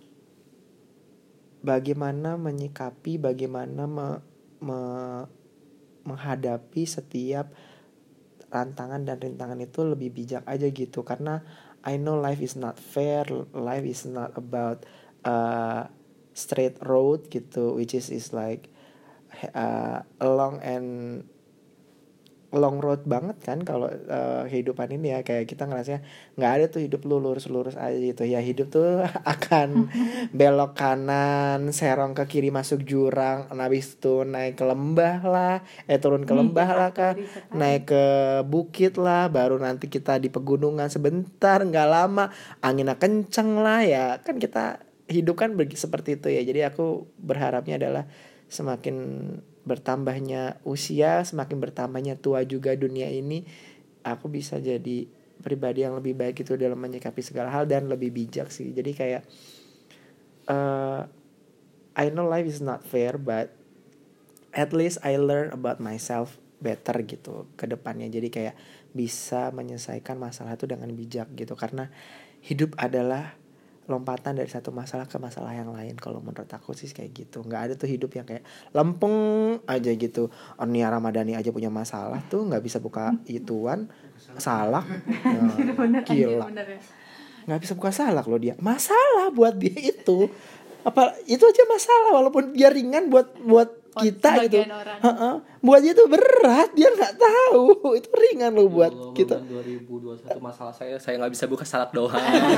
bagaimana menyikapi, bagaimana me, me, menghadapi setiap tantangan dan rintangan itu lebih bijak aja gitu. Karena I know life is not fair, life is not about uh, straight road gitu, which is is like uh, a long and long road banget kan kalau uh, kehidupan ini ya. Kayak kita ngerasanya nggak ada tuh hidup lu lurus-lurus aja gitu ya. Hidup tuh akan belok kanan, serong ke kiri, masuk jurang, habis itu naik ke lembah lah, eh turun ke lembah lah kah, naik ke bukit lah, baru nanti kita di pegunungan sebentar, nggak lama anginnya kenceng lah ya. Kan kita hidup kan seperti itu ya. Jadi aku berharapnya adalah semakin bertambahnya usia, semakin bertambahnya tua juga dunia ini, aku bisa jadi pribadi yang lebih baik itu dalam menyikapi segala hal dan lebih bijak sih. Jadi kayak uh, I know life is not fair, but at least I learn about myself better gitu ke depannya. Jadi kayak bisa menyelesaikan masalah itu dengan bijak gitu. Karena hidup adalah lompatan dari satu masalah ke masalah yang lain. Kalau menurut aku sih kayak gitu. Nggak ada tuh hidup yang kayak lempeng aja gitu. Oh, Nia Ramadhani aja punya masalah tuh nggak bisa buka ituan salak. Nah, gila. Nggak bisa buka salak loh dia. Masalah buat dia itu. Apa itu aja masalah walaupun dia ringan buat buat kita gitu. Heeh. Buat dia tuh berat, dia nggak tahu. Itu ringan loh buat ya Allah, kita. dua ribu dua puluh satu masalah saya saya nggak bisa buka salak doang.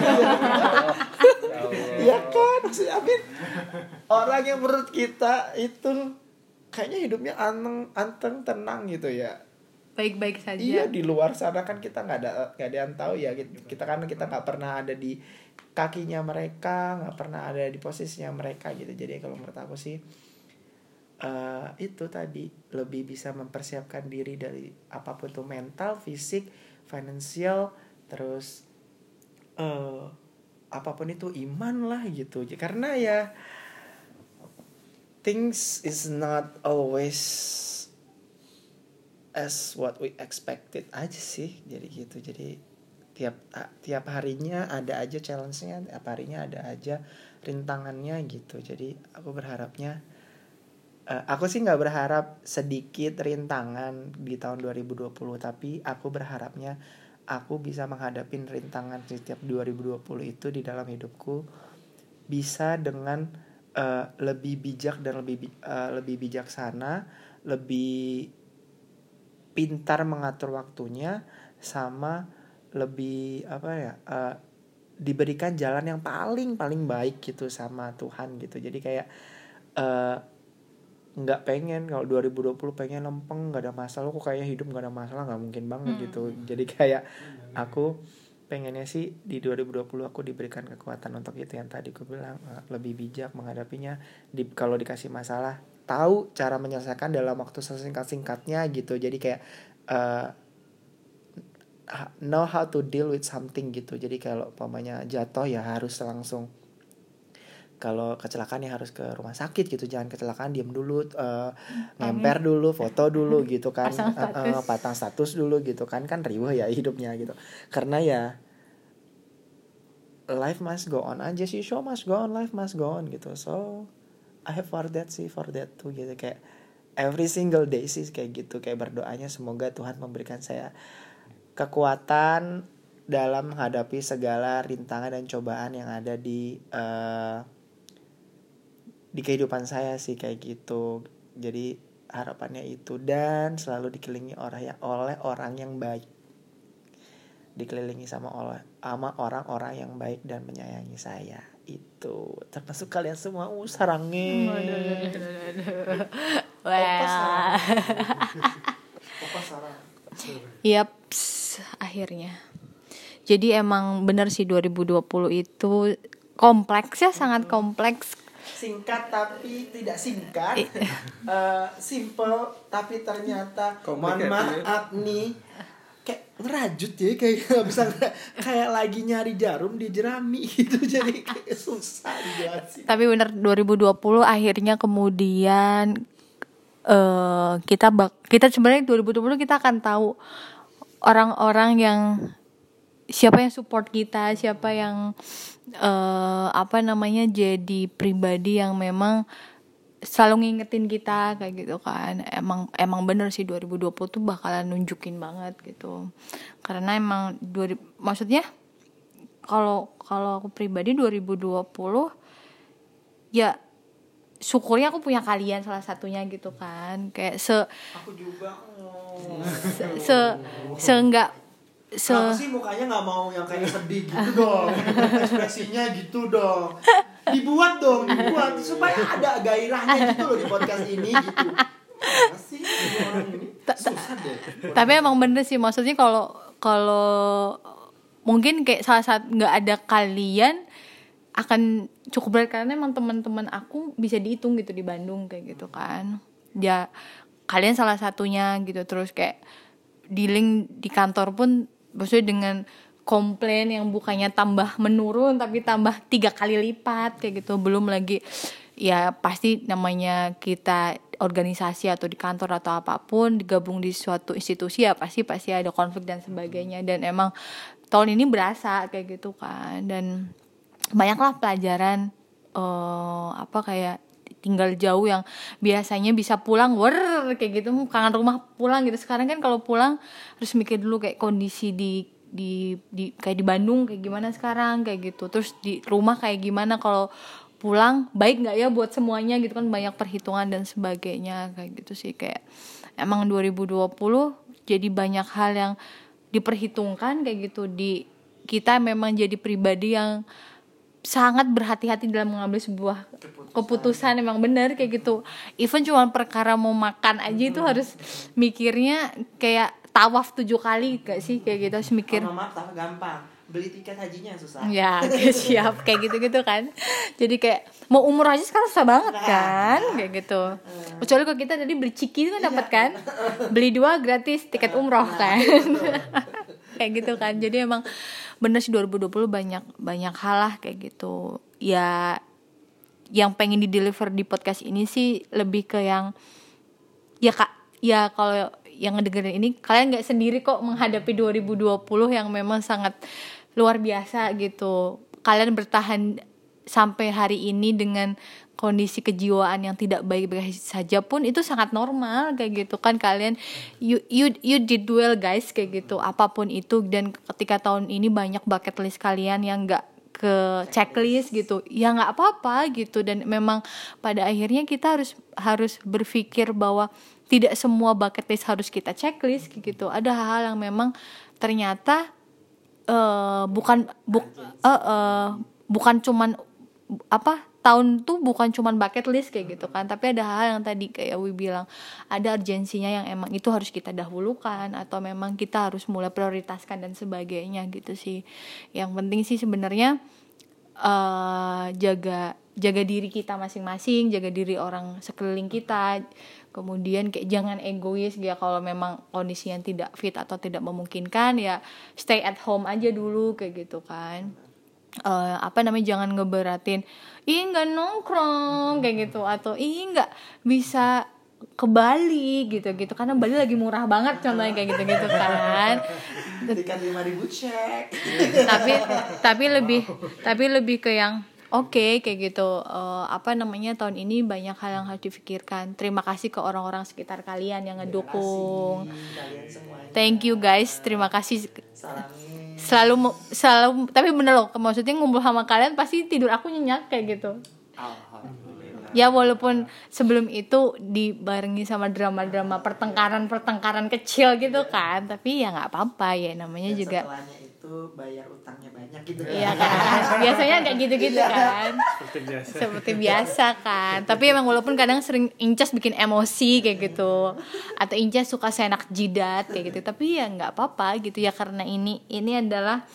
Ya kan, si Amin orang yang menurut kita itu kayaknya hidupnya anteng, anteng tenang gitu ya. Baik-baik saja. Iya, di luar sana kan kita nggak ada nggak ada yang tahu ya. Kita kan kita nggak pernah ada di kakinya mereka, nggak pernah ada di posisinya mereka gitu. Jadi kalau menurut aku sih uh, itu tadi lebih bisa mempersiapkan diri dari apapun tuh, mental, fisik, finansial, terus uh, apapun itu, iman lah gitu. Karena ya things is not always as what we expected aja sih. Jadi gitu. Jadi tiap tiap harinya ada aja challenge-nya, tiap harinya ada aja rintangannya gitu. Jadi aku berharapnya uh, aku sih nggak berharap sedikit rintangan di tahun dua ribu dua puluh, tapi aku berharapnya aku bisa menghadapi rintangan setiap dua ribu dua puluh itu di dalam hidupku bisa dengan uh, lebih bijak dan lebih uh, lebih bijaksana, lebih pintar mengatur waktunya, sama lebih apa ya uh, diberikan jalan yang paling paling baik gitu sama Tuhan gitu. Jadi kayak uh, nggak pengen kalau dua ribu dua puluh pengen lempeng nggak ada masalah, kok kayaknya hidup nggak ada masalah, nggak mungkin banget hmm. gitu. Jadi kayak aku pengennya sih di dua ribu dua puluh aku diberikan kekuatan untuk itu yang tadi aku bilang, uh, lebih bijak menghadapinya. Di, kalau dikasih masalah tahu cara menyelesaikan dalam waktu sesingkat-singkatnya gitu. Jadi kayak uh, know how to deal with something gitu. Jadi kalau umpamanya jatuh ya harus langsung, kalau kecelakaan ya harus ke rumah sakit gitu. Jangan kecelakaan diam dulu, uh, ngemper dulu, foto dulu gitu kan, pasang status. Uh, uh, patang status dulu gitu kan, kan riweh ya hidupnya gitu. Karena ya life must go on aja sih, show must go on, life must go on gitu. So I have for that sih, for that too gitu. Kayak every single day sih kayak gitu, kayak berdoanya semoga Tuhan memberikan saya kekuatan dalam menghadapi segala rintangan dan cobaan yang ada di uh, di kehidupan saya sih kayak gitu. Jadi harapannya itu, dan selalu dikelilingi orang yang oleh orang yang baik, dikelilingi sama oleh sama orang-orang yang baik dan menyayangi saya. Itu termasuk kalian semua. Uh sarangnya Wah. Papa sarang. Yaps, akhirnya. Jadi emang benar sih dua ribu dua puluh itu kompleks ya, sangat kompleks. Singkat tapi tidak singkat, uh, simple tapi ternyata mohon maaf nih kayak ngerajut ya, kayak nggak bisa kayak lagi nyari jarum di jerami gitu, jadi kayak susah dijelasin. Tapi benar dua ribu dua puluh akhirnya kemudian uh, kita bak kita sebenarnya dua ribu dua puluh kita akan tahu orang-orang yang siapa yang support kita, siapa yang uh, apa namanya jadi pribadi yang memang selalu ngingetin kita kayak gitu kan. Emang emang bener sih dua ribu dua puluh tuh bakalan nunjukin banget gitu. Karena emang dua ribu, maksudnya kalau kalau aku pribadi dua ribu dua puluh ya syukurnya aku punya kalian salah satunya gitu kan. Kayak se Aku juga. Oh. se se, se enggak se Kenapa sih mukanya nggak mau yang kayak sedih gitu dong, ekspresinya gitu dong, dibuat dong, dibuat supaya ada gairahnya gitu loh di podcast ini gitu. Masih orang ini susah deh. Tapi emang bener sih, maksudnya kalau kalau mungkin kayak salah satu nggak ada kalian akan cukup berat, karena emang teman-teman aku bisa dihitung gitu di Bandung kayak gitu kan. Ya kalian salah satunya gitu. Terus kayak dealing di kantor pun maksudnya dengan komplain yang bukannya tambah menurun tapi tambah tiga kali lipat kayak gitu. Belum lagi ya pasti namanya kita organisasi atau di kantor atau apapun digabung di suatu institusi ya pasti pasti ada konflik dan sebagainya. Dan emang tahun ini berasa kayak gitu kan. Dan banyaklah pelajaran uh, apa kayak tinggal jauh yang biasanya bisa pulang wer kayak gitu, kangen rumah pulang gitu. Sekarang kan kalau pulang harus mikir dulu kayak kondisi di di di kayak di Bandung kayak gimana sekarang kayak gitu. Terus di rumah kayak gimana kalau pulang, baik nggak ya buat semuanya gitu kan, banyak perhitungan dan sebagainya kayak gitu sih. Kayak emang dua ribu dua puluh jadi banyak hal yang diperhitungkan kayak gitu. Di kita memang jadi pribadi yang sangat berhati-hati dalam mengambil sebuah keputusan, keputusan emang benar kayak gitu. Even cuma perkara mau makan aja itu harus mikirnya kayak tawaf tujuh kali gak sih kayak gitu, harus mikir. Oh, maaf, gampang. Beli tiket hajinya susah. Ya, siap kayak gitu-gitu kan. Jadi kayak mau umroh aja sekarang susah banget kan, kayak gitu. Kecuali kalau kita tadi beli ciki itu kan dapat kan. Beli dua gratis tiket umroh kan. Kayak gitu kan. Jadi emang bener sih dua ribu dua puluh banyak banyak hal lah kayak gitu. Ya yang pengen di deliver di podcast ini sih lebih ke yang ya Kak, ya kalau yang ngedengerin ini kalian nggak sendiri kok menghadapi dua ribu dua puluh yang memang sangat luar biasa gitu. Kalian bertahan sampai hari ini dengan kondisi kejiwaan yang tidak baik-baik saja pun itu sangat normal kayak gitu kan. Kalian you you you did well guys kayak gitu, apapun itu. Dan ketika tahun ini banyak bucket list kalian yang nggak ke checklist gitu, ya nggak apa-apa gitu. Dan memang pada akhirnya kita harus harus berpikir bahwa tidak semua bucket list harus kita checklist gitu. Ada hal-hal yang memang ternyata uh, bukan bu, uh, uh, bukan cuman apa tahun tuh bukan cuman bucket list kayak gitu kan, tapi ada hal yang tadi kayak Wi bilang, ada urgensinya yang emang itu harus kita dahulukan atau memang kita harus mulai prioritaskan dan sebagainya gitu sih. Yang penting sih sebenarnya uh, jaga jaga diri kita masing-masing, jaga diri orang sekeliling kita. Kemudian kayak jangan egois ya, kalau memang kondisinya tidak fit atau tidak memungkinkan ya stay at home aja dulu kayak gitu kan. Uh, apa namanya, jangan ngeberatin ih nggak nongkrong kayak gitu, atau ih nggak bisa ke Bali gitu-gitu karena Bali lagi murah banget contohnya kayak gitu-gitu kan. Tiket lima ribu cek. tapi tapi lebih tapi lebih ke yang oke okay, kayak gitu, uh, apa namanya, tahun ini banyak hal yang harus difikirkan. Terima kasih ke orang-orang sekitar kalian yang ngedukung. Thank you guys, terima kasih. Salamin. Selalu selalu tapi bener loh, maksudnya ngumpul sama kalian pasti tidur aku nyenyak kayak gitu. Alhamdulillah. Ya walaupun sebelum itu dibarengi sama drama-drama pertengkaran-pertengkaran kecil gitu kan, tapi ya nggak apa-apa ya, namanya Dan juga setelahnya itu bayar utangnya banyak gitu kan. iya kan, biasanya kayak gitu-gitu kan, Seperti biasa. seperti biasa kan. Tapi emang walaupun kadang sering Incas bikin emosi kayak gitu, atau Incas suka seenak jidat kayak gitu, tapi ya nggak apa-apa gitu ya, karena ini ini adalah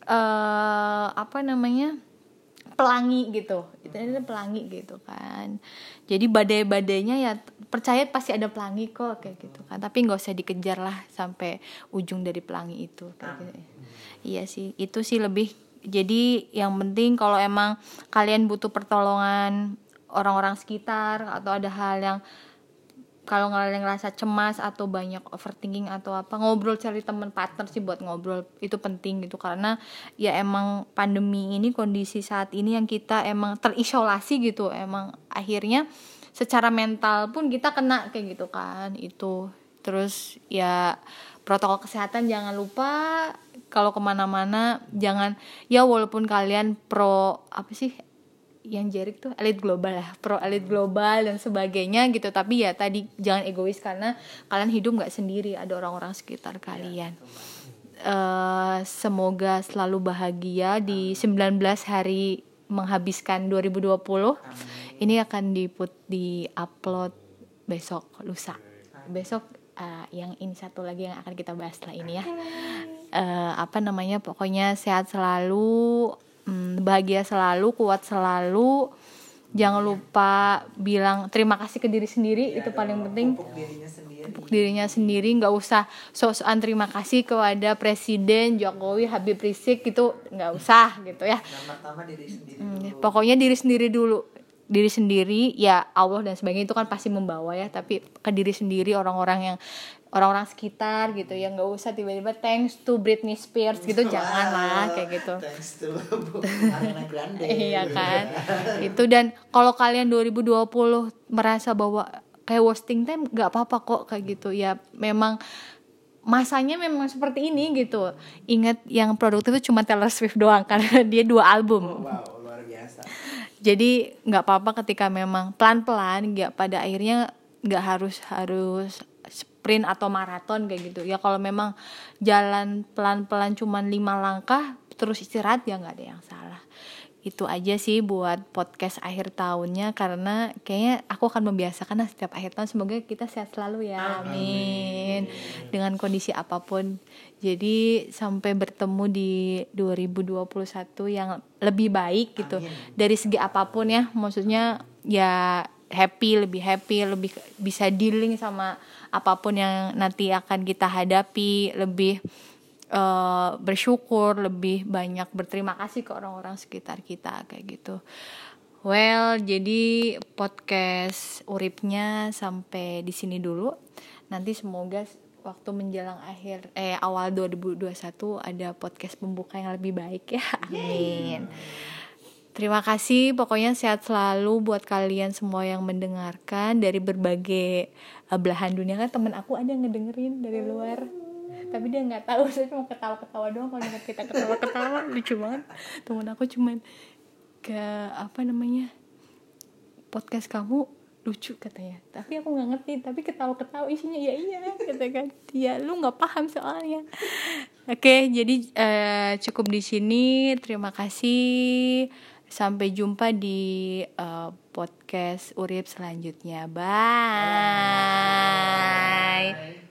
uh, apa namanya, pelangi gitu, itu adalah pelangi gitu kan. Jadi badai-badainya ya percaya pasti ada pelangi kok kayak gitu kan, tapi nggak usah dikejar lah sampai ujung dari pelangi itu kayak gitu. Iya sih, itu sih lebih. Jadi yang penting kalau emang kalian butuh pertolongan orang-orang sekitar, atau ada hal yang kalau kalian ngerasa cemas atau banyak overthinking atau apa, ngobrol, cari teman partner sih buat ngobrol, itu penting gitu. Karena ya emang pandemi ini, kondisi saat ini yang kita emang terisolasi gitu, emang akhirnya secara mental pun kita kena kayak gitu kan itu. Terus ya protokol kesehatan jangan lupa, kalau kemana-mana jangan, ya walaupun kalian pro apa sih yang jerik tuh elit global lah, pro elit global dan sebagainya gitu, tapi ya tadi jangan egois karena kalian hidup nggak sendiri, ada orang-orang sekitar kalian. Uh, semoga selalu bahagia di sembilan belas hari menghabiskan dua ribu dua puluh. Ini akan diput di upload besok lusa. Besok uh, yang ini satu lagi yang akan kita bahas setelah ini ya. Uh, apa namanya, pokoknya sehat selalu, bahagia selalu, kuat selalu. Jangan lupa bilang terima kasih ke diri sendiri, ya, itu paling penting. Pupuk dirinya sendiri. Pupuk dirinya sendiri, nggak usah sok-sokan terima kasih kepada Presiden Jokowi, Habib Rizik gitu, nggak usah gitu ya. Yang pertama diri sendiri Hmm, dulu. pokoknya diri sendiri dulu. Diri sendiri, ya Allah dan sebagainya itu kan pasti membawa ya, tapi ke diri sendiri, orang-orang yang orang-orang sekitar gitu ya, nggak usah tiba-tiba thanks to Britney Spears gitu, jangan lah kayak gitu. Thanks to Ariana Grande. Iya kan, itu. Dan kalau kalian dua ribu dua puluh merasa bahwa kayak wasting time, nggak apa-apa kok kayak gitu ya, memang masanya memang seperti ini gitu. Ingat yang produktif itu cuma Taylor Swift doang karena dia dua album. Oh, wow, luar biasa. Jadi nggak apa-apa ketika memang pelan-pelan, nggak pada akhirnya nggak harus harus sprint atau maraton kayak gitu ya. Kalau memang jalan pelan-pelan cuman lima langkah terus istirahat ya nggak ada yang salah. Itu aja sih buat podcast akhir tahunnya, karena kayaknya aku akan membiasakan lah setiap akhir tahun, semoga kita sehat selalu ya, amin, dengan kondisi apapun. Jadi sampai bertemu di dua ribu dua puluh satu yang lebih baik gitu, amin, dari segi apapun ya, maksudnya ya happy, lebih happy, lebih bisa dealing sama apapun yang nanti akan kita hadapi, lebih Uh, bersyukur, lebih banyak berterima kasih ke orang-orang sekitar kita kayak gitu. Well, jadi podcast Uripnya sampai di sini dulu. Nanti semoga waktu menjelang akhir eh awal dua ribu dua puluh satu ada podcast pembuka yang lebih baik ya. Amin. Terima kasih, pokoknya sehat selalu buat kalian semua yang mendengarkan dari berbagai uh, belahan dunia. Kan temen aku ada yang ngedengerin dari luar, tapi dia nggak tahu, saya cuma ketawa-ketawa doang kalau ingat kita ketawa-ketawa. Lucu banget, temen aku cuman ke apa namanya, podcast kamu lucu katanya, tapi aku nggak ngerti, tapi ketawa-ketawa isinya ya iya kata kan, ya lu nggak paham soalnya. Oke, jadi uh, cukup di sini. Terima kasih, sampai jumpa di uh, podcast Urip selanjutnya. Bye. Bye.